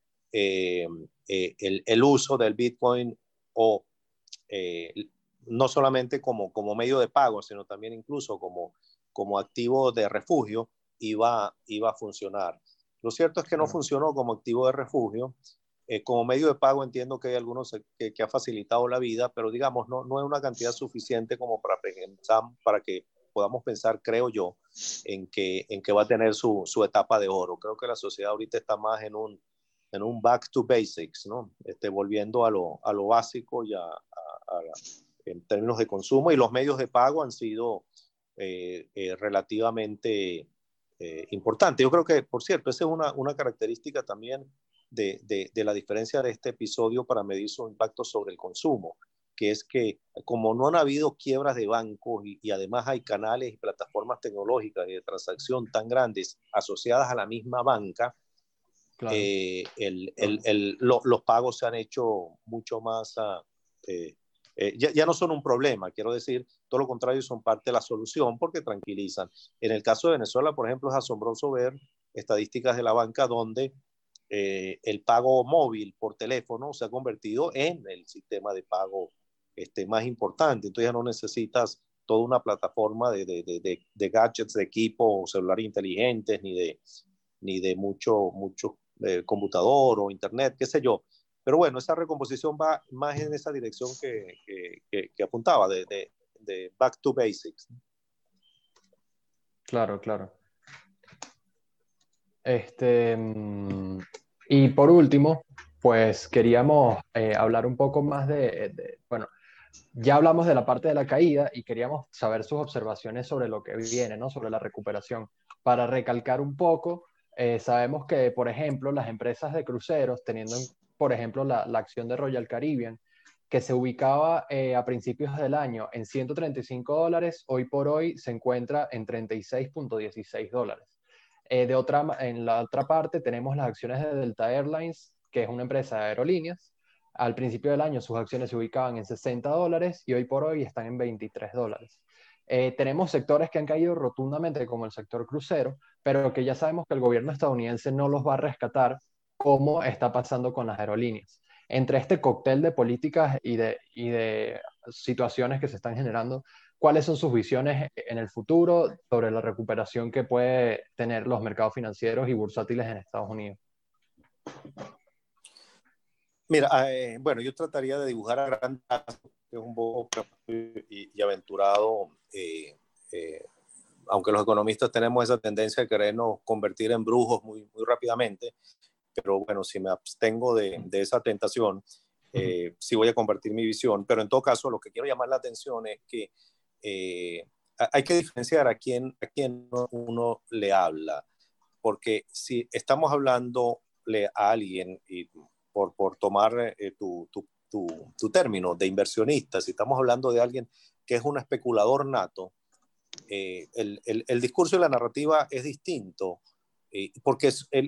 [SPEAKER 4] el uso del Bitcoin o no solamente como medio de pago, sino también incluso como activo de refugio iba a funcionar. Lo cierto es que no funcionó como activo de refugio. Como medio de pago entiendo que hay algunos que ha facilitado la vida, pero digamos, no es una cantidad suficiente como para que podamos pensar, creo yo, en que va a tener su etapa de oro. Creo que la sociedad ahorita está más en un back to basics, ¿no? Volviendo a lo básico y en términos de consumo, y los medios de pago han sido relativamente importantes. Yo creo que, por cierto, esa es una característica también de la diferencia de este episodio para medir su impacto sobre el consumo, que es que como no han habido quiebras de bancos y además hay canales y plataformas tecnológicas y de transacción tan grandes asociadas a la misma banca, claro. Los pagos se han hecho mucho más, ya no son un problema, quiero decir, todo lo contrario, son parte de la solución porque tranquilizan. En el caso de Venezuela, por ejemplo, es asombroso ver estadísticas de la banca donde el pago móvil por teléfono se ha convertido en el sistema de pago más importante. Entonces ya no necesitas toda una plataforma de gadgets, de equipos celulares inteligentes, ni de mucho computador o internet, qué sé yo. Pero bueno, esa recomposición va más en esa dirección que apuntaba, de back to basics.
[SPEAKER 3] Claro. Y por último, pues queríamos hablar un poco más bueno, ya hablamos de la parte de la caída y queríamos saber sus observaciones sobre lo que viene, ¿no? Sobre la recuperación. Para recalcar un poco, sabemos que, por ejemplo, las empresas de cruceros, teniendo, por ejemplo, la acción de Royal Caribbean, que se ubicaba a principios del año en $135, hoy por hoy se encuentra en $36.16. En la otra parte tenemos las acciones de Delta Airlines, que es una empresa de aerolíneas. Al principio del año sus acciones se ubicaban en $60 y hoy por hoy están en $23. Tenemos sectores que han caído rotundamente, como el sector crucero, pero que ya sabemos que el gobierno estadounidense no los va a rescatar, como está pasando con las aerolíneas. Entre este cóctel de políticas y de situaciones que se están generando, ¿cuáles son sus visiones en el futuro sobre la recuperación que puede tener los mercados financieros y bursátiles en Estados Unidos?
[SPEAKER 4] Mira, bueno, yo trataría de dibujar a grandes rasgos, que es un poco y aventurado, aunque los economistas tenemos esa tendencia de querernos convertir en brujos muy, muy rápidamente, pero bueno, si me abstengo de esa tentación, sí voy a compartir mi visión, pero en todo caso lo que quiero llamar la atención es que hay que diferenciar a quién uno le habla, porque si estamos hablándole a alguien, y por tomar tu término de inversionista, si estamos hablando de alguien que es un especulador nato, el discurso y la narrativa es distinto, porque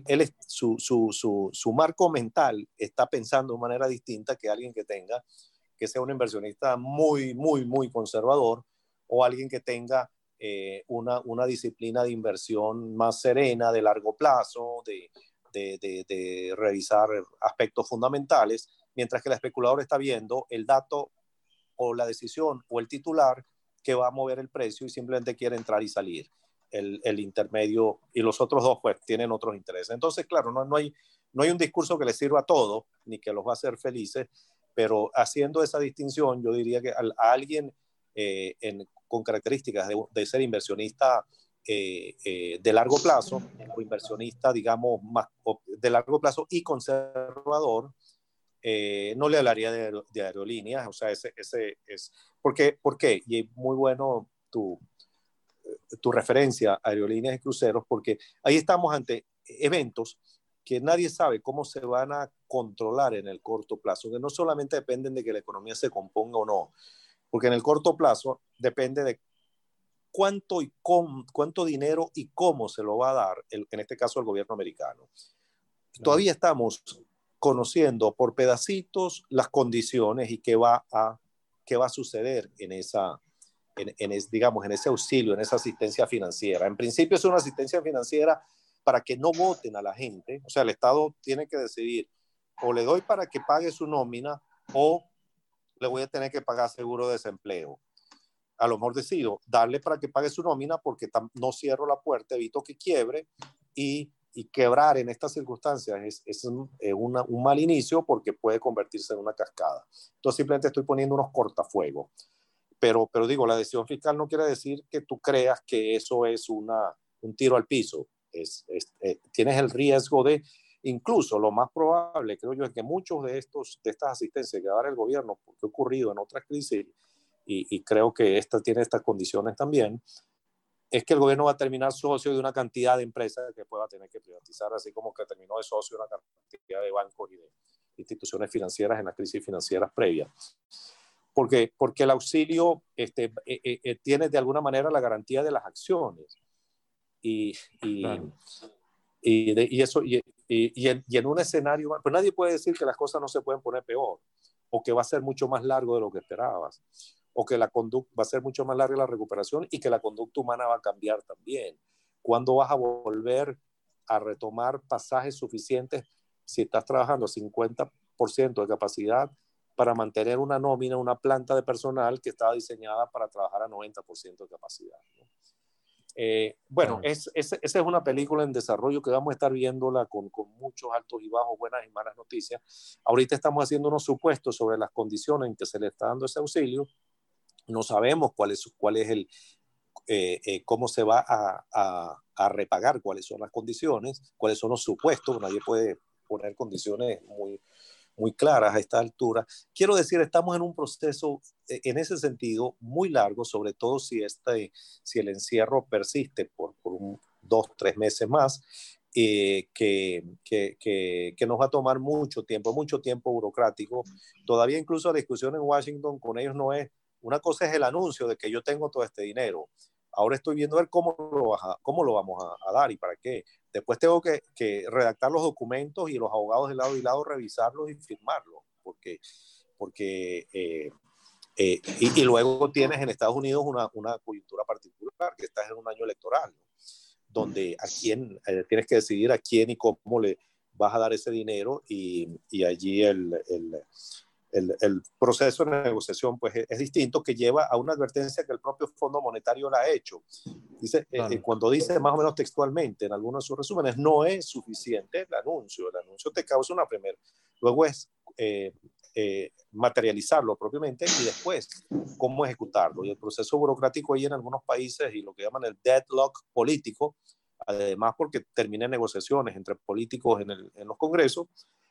[SPEAKER 4] su marco mental está pensando de manera distinta que alguien que sea un inversionista muy, muy, muy conservador, o alguien que tenga una disciplina de inversión más serena, de largo plazo, de revisar aspectos fundamentales, mientras que el especulador está viendo el dato o la decisión o el titular que va a mover el precio y simplemente quiere entrar y salir. El intermedio y los otros dos pues tienen otros intereses. Entonces, claro, no hay un discurso que les sirva a todos ni que los va a hacer felices, pero haciendo esa distinción, yo diría que a alguien con características de ser inversionista de largo plazo o inversionista, digamos, más de largo plazo y conservador, no le hablaría de aerolíneas. O sea, ese es... ¿Por qué? Y es muy bueno tu referencia a aerolíneas y cruceros, porque ahí estamos ante eventos que nadie sabe cómo se van a controlar en el corto plazo, que no solamente dependen de que la economía se componga o no, porque en el corto plazo depende de cuánto dinero y cómo se lo va a dar, en este caso, el gobierno americano. Todavía estamos conociendo por pedacitos las condiciones y qué va a suceder en digamos, en ese auxilio, en esa asistencia financiera. En principio es una asistencia financiera para que no voten a la gente. O sea, el Estado tiene que decidir, o le doy para que pague su nómina o le voy a tener que pagar seguro de desempleo. A lo mejor decido darle para que pague su nómina porque no cierro la puerta, evito que quiebre, y quebrar en estas circunstancias es un mal inicio porque puede convertirse en una cascada. Entonces simplemente estoy poniendo unos cortafuegos. Pero digo, la decisión fiscal no quiere decir que tú creas que eso es un tiro al piso. Tienes el riesgo de, incluso lo más probable, creo yo, es que muchos de estas asistencias que va a dar el gobierno, porque ha ocurrido en otras crisis, y creo que esta tiene estas condiciones también, es que el gobierno va a terminar socio de una cantidad de empresas que pueda tener que privatizar, así como que terminó de socio de una cantidad de bancos y de instituciones financieras en las crisis financieras previas. Porque el auxilio tiene de alguna manera la garantía de las acciones. Claro. Y en un escenario, pues nadie puede decir que las cosas no se pueden poner peor, o que va a ser mucho más largo de lo que esperabas, o que va a ser mucho más larga la recuperación y que la conducta humana va a cambiar también. ¿Cuándo vas a volver a retomar pasajes suficientes si estás trabajando a 50% de capacidad para mantener una nómina, una planta de personal que estaba diseñada para trabajar a 90% de capacidad, ¿no? Bueno, esa es una película en desarrollo que vamos a estar viéndola con muchos altos y bajos, buenas y malas noticias. Ahorita estamos haciendo unos supuestos sobre las condiciones en que se le está dando ese auxilio. No sabemos cuál es cómo se va a repagar, cuáles son las condiciones, cuáles son los supuestos. Nadie puede poner condiciones muy claras a esta altura. Quiero decir, estamos en un proceso en ese sentido muy largo, sobre todo si el encierro persiste por 2-3 meses más, que nos va a tomar mucho tiempo burocrático. Todavía incluso la discusión en Washington con ellos no es, una cosa es el anuncio de que yo tengo todo este dinero. Ahora estoy viendo a ver cómo lo vamos a dar y para qué. Después tengo que redactar los documentos y los abogados de lado y lado revisarlos y firmarlos, y luego tienes en Estados Unidos una coyuntura particular, que estás en un año electoral, ¿no? Donde tienes que decidir a quién y cómo le vas a dar ese dinero, y allí el proceso de negociación pues es distinto, que lleva a una advertencia que el propio Fondo Monetario la ha hecho. Dice, claro. Cuando dice más o menos textualmente en algunos de sus resúmenes, no es suficiente el anuncio te causa una primera, luego es materializarlo propiamente y después cómo ejecutarlo, y el proceso burocrático ahí en algunos países y lo que llaman el deadlock político, además porque termina en negociaciones entre políticos en los congresos,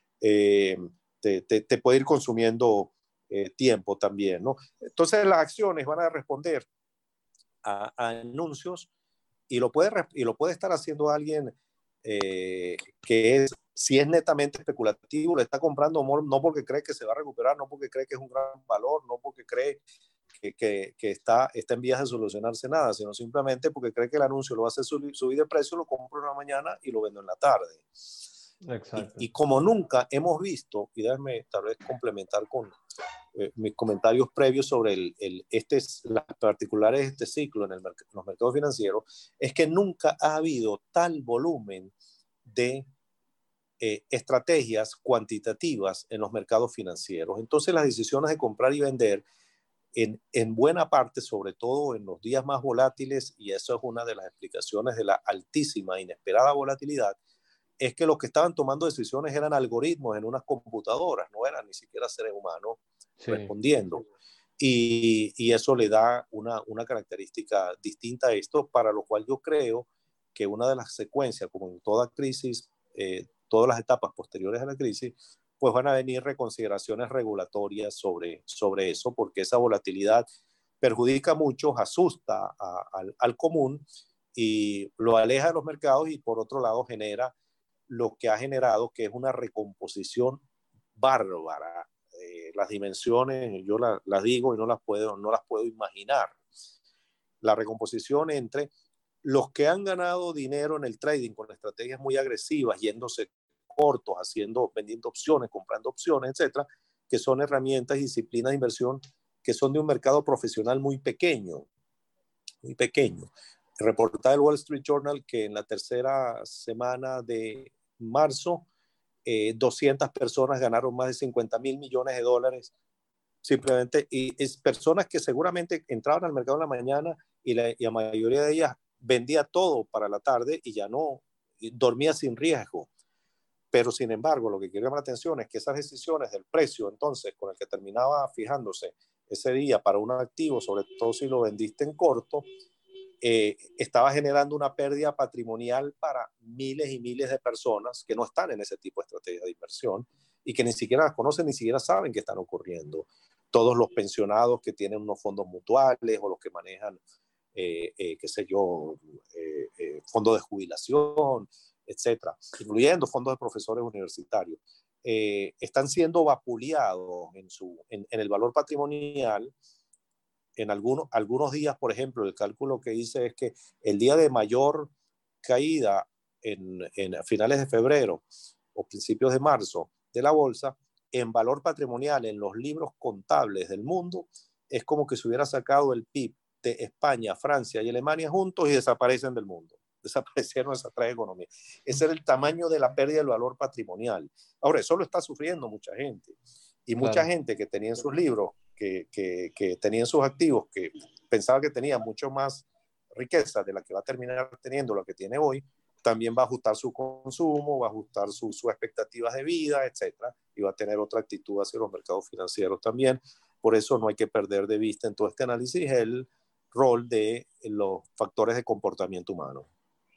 [SPEAKER 4] te puede ir consumiendo tiempo también, ¿no? Entonces las acciones van a responder a anuncios, y lo puede estar haciendo alguien que si es netamente especulativo, le está comprando no porque cree que se va a recuperar, no porque cree que es un gran valor, no porque cree que está en vías de solucionarse nada, sino simplemente porque cree que el anuncio lo va a hacer subir de precio, lo compro en la mañana y lo vendo en la tarde. Exacto. Y como nunca hemos visto, y déjame tal vez complementar con mis comentarios previos sobre las particulares de este ciclo en los mercados financieros, es que nunca ha habido tal volumen de estrategias cuantitativas en los mercados financieros. Entonces las decisiones de comprar y vender en buena parte, sobre todo en los días más volátiles, y eso es una de las explicaciones de la altísima, inesperada volatilidad, es que los que estaban tomando decisiones eran algoritmos en unas computadoras, no eran ni siquiera seres humanos respondiendo. Y eso le da una característica distinta a esto, para lo cual yo creo que una de las secuencias, como en toda crisis, todas las etapas posteriores a la crisis, pues van a venir reconsideraciones regulatorias sobre eso, porque esa volatilidad perjudica mucho, asusta al común y lo aleja de los mercados, y por otro lado genera lo que ha generado, que es una recomposición bárbara. Las dimensiones, yo las digo y no las puedo imaginar. La recomposición entre los que han ganado dinero en el trading con estrategias muy agresivas, yéndose cortos, vendiendo opciones, comprando opciones, etcétera, que son herramientas y disciplinas de inversión que son de un mercado profesional muy pequeño, muy pequeño. Reportaba el Wall Street Journal que en la tercera semana de marzo, 200 personas ganaron más de 50.000 millones de dólares simplemente, y es personas que seguramente entraban al mercado en la mañana y la mayoría de ellas vendía todo para la tarde y ya no, y dormía sin riesgo. Pero sin embargo, lo que quiero llamar la atención es que esas decisiones del precio, entonces, con el que terminaba fijándose ese día para un activo, sobre todo si lo vendiste en corto, estaba generando una pérdida patrimonial para miles y miles de personas que no están en ese tipo de estrategia de inversión y que ni siquiera las conocen, ni siquiera saben qué están ocurriendo. Todos los pensionados que tienen unos fondos mutuales o los que manejan, qué sé yo, fondos de jubilación, etcétera, incluyendo fondos de profesores universitarios, están siendo vapuleados en el valor patrimonial. En algunos días, por ejemplo, el cálculo que hice es que el día de mayor caída en finales de febrero o principios de marzo de la bolsa, en valor patrimonial, en los libros contables del mundo, es como que se hubiera sacado el PIB de España, Francia y Alemania juntos y desaparecen del mundo. Desaparecieron esas tres economías. Ese era el tamaño de la pérdida del valor patrimonial. Ahora, eso lo está sufriendo mucha gente. Y mucha gente que tenía en sus libros, que tenían sus activos, que pensaba que tenía mucho más riqueza de la que va a terminar teniendo lo que tiene hoy, también va a ajustar su consumo, va a ajustar sus expectativas de vida, etcétera, y va a tener otra actitud hacia los mercados financieros también. Por eso no hay que perder de vista en todo este análisis el rol de los factores de comportamiento humano.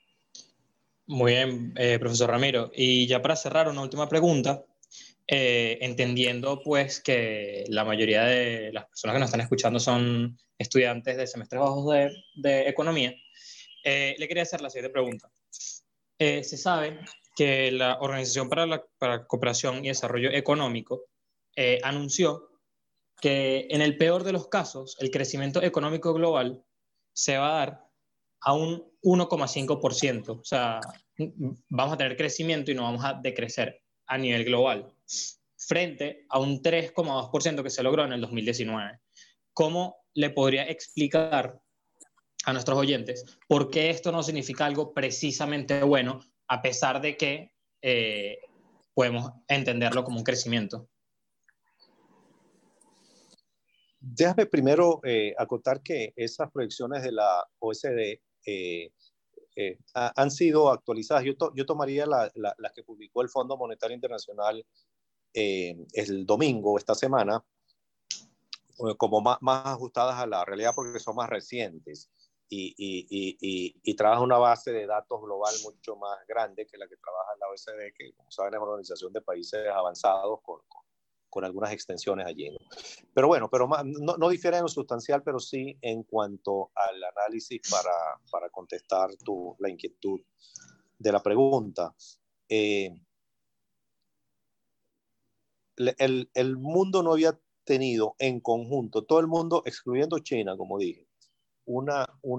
[SPEAKER 5] Muy bien, profesor Ramiro. Y ya para cerrar, una última pregunta. Entendiendo pues que la mayoría de las personas que nos están escuchando son estudiantes de semestres bajos de economía, le quería hacer la siguiente pregunta. Se sabe que la Organización para la Cooperación y Desarrollo Económico anunció que en el peor de los casos el crecimiento económico global se va a dar a un 1,5%. O sea, vamos a tener crecimiento y no vamos a decrecer a nivel global, frente a un 3,2% que se logró en el 2019. ¿Cómo le podría explicar a nuestros oyentes por qué esto no significa algo precisamente bueno, a pesar de que podemos entenderlo como un crecimiento?
[SPEAKER 4] Déjame primero acotar que esas proyecciones de la OECD han sido actualizadas. Yo tomaría las que publicó el Fondo Monetario Internacional el domingo, esta semana, como más ajustadas a la realidad porque son más recientes y trabaja una base de datos global mucho más grande que la que trabaja la OECD, que como saben es una organización de países avanzados con algunas extensiones allí, ¿no? Pero bueno, no difiere en lo sustancial, pero sí en cuanto al análisis para contestar la inquietud de la pregunta. El mundo no había tenido en conjunto, todo el mundo, excluyendo China, como dije, un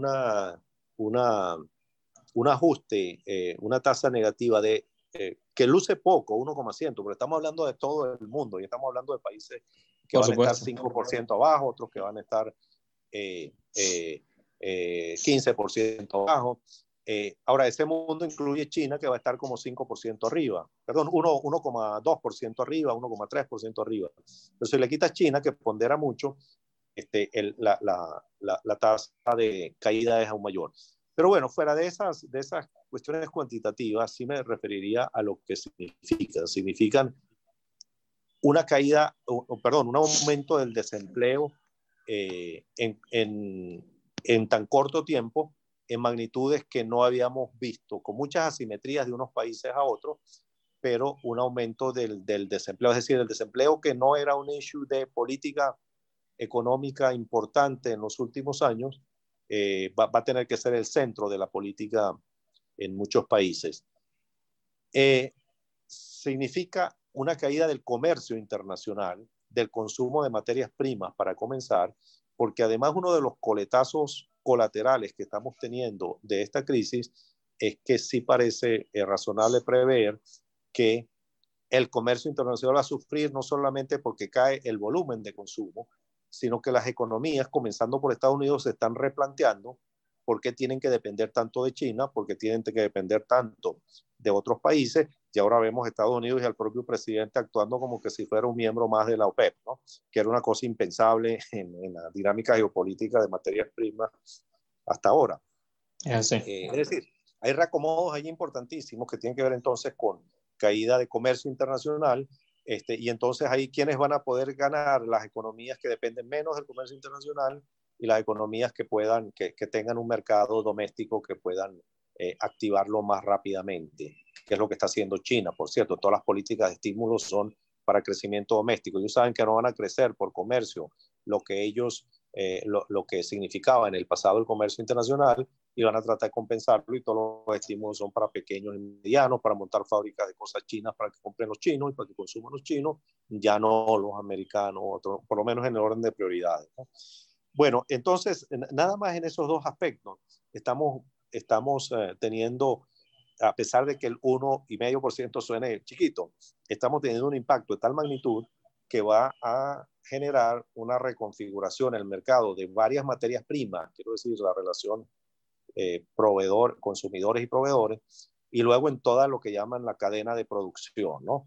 [SPEAKER 4] ajuste, una tasa negativa que luce poco, 1,1%, pero estamos hablando de todo el mundo y estamos hablando de países que van a estar 5% abajo, otros que van a estar 15% abajo. Ahora, ese mundo incluye China, que va a estar como 5% arriba, perdón, 1,2% arriba, 1,3% arriba. Pero si le quitas China, que pondera mucho, la tasa de caída es aún mayor. Pero bueno, fuera de esas cuestiones cuantitativas, sí me referiría a lo que significan. Significan una caída, un aumento del desempleo en tan corto tiempo, en magnitudes que no habíamos visto, con muchas asimetrías de unos países a otros, pero un aumento del desempleo, es decir, el desempleo que no era un issue de política económica importante en los últimos años, va a tener que ser el centro de la política en muchos países. Significa una caída del comercio internacional, del consumo de materias primas para comenzar, porque además uno de los coletazos colaterales que estamos teniendo de esta crisis es que sí parece razonable prever que el comercio internacional va a sufrir no solamente porque cae el volumen de consumo, sino que las economías, comenzando por Estados Unidos, se están replanteando ¿por qué tienen que depender tanto de China? ¿Por qué tienen que depender tanto de otros países? Y ahora vemos a Estados Unidos y al propio presidente actuando como que si fuera un miembro más de la OPEP, ¿no? Que era una cosa impensable en la dinámica geopolítica de materias primas hasta ahora.
[SPEAKER 5] Sí.
[SPEAKER 4] Es decir, hay reacomodos ahí importantísimos que tienen que ver entonces con caída de comercio internacional, y entonces ahí quienes van a poder ganar, las economías que dependen menos del comercio internacional y las economías que tengan un mercado doméstico que puedan activarlo más rápidamente, que es lo que está haciendo China. Por cierto, todas las políticas de estímulo son para crecimiento doméstico. Ellos saben que no van a crecer por comercio lo que significaba en el pasado el comercio internacional, y van a tratar de compensarlo, y todos los estímulos son para pequeños y medianos, para montar fábricas de cosas chinas para que compren los chinos y para que consuman los chinos, ya no los americanos, por lo menos en el orden de prioridades, ¿no? Bueno, entonces, nada más en esos dos aspectos estamos teniendo, a pesar de que el 1,5% suene chiquito, estamos teniendo un impacto de tal magnitud que va a generar una reconfiguración en el mercado de varias materias primas, quiero decir, la relación consumidores y proveedores, y luego en toda lo que llaman la cadena de producción, ¿no?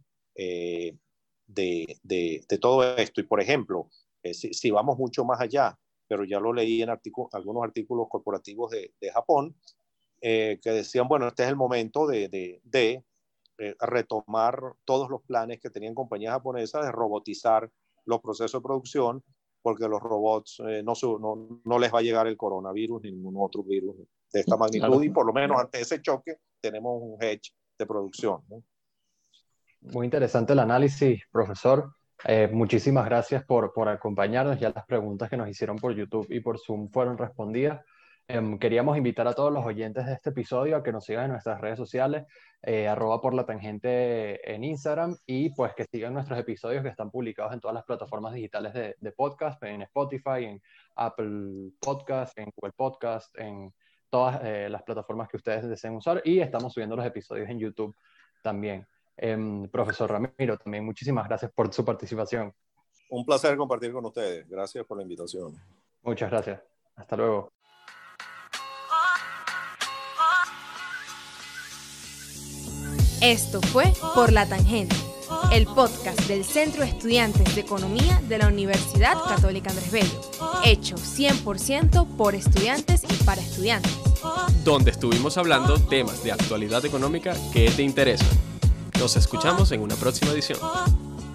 [SPEAKER 4] De todo esto. Y por ejemplo, si vamos mucho más allá, pero ya lo leí en algunos artículos corporativos de Japón, que decían, bueno, este es el momento de retomar todos los planes que tenían compañías japonesas de robotizar los procesos de producción, porque los robots no les va a llegar el coronavirus ni ningún otro virus de esta magnitud, claro. Y por lo menos ante ese choque tenemos un hedge de producción, ¿no?
[SPEAKER 3] Muy interesante el análisis, profesor. Muchísimas gracias por acompañarnos. Ya las preguntas que nos hicieron por YouTube y por Zoom fueron respondidas. Queríamos invitar a todos los oyentes de este episodio a que nos sigan en nuestras redes sociales, @porlatangente en Instagram, y pues que sigan nuestros episodios que están publicados en todas las plataformas digitales de podcast, en Spotify, en Apple Podcast, en Google Podcast, en todas las plataformas que ustedes deseen usar, y estamos subiendo los episodios en YouTube también. Profesor Ramiro, también muchísimas gracias por su participación.
[SPEAKER 4] Un placer compartir con ustedes. Gracias por la invitación.
[SPEAKER 3] Muchas gracias. Hasta luego.
[SPEAKER 1] Esto fue Por la Tangente, el podcast del Centro de Estudiantes de Economía de la Universidad Católica Andrés Bello, hecho 100% por estudiantes y para estudiantes.
[SPEAKER 2] Donde estuvimos hablando temas de actualidad económica que te interesan. Nos escuchamos en una próxima edición.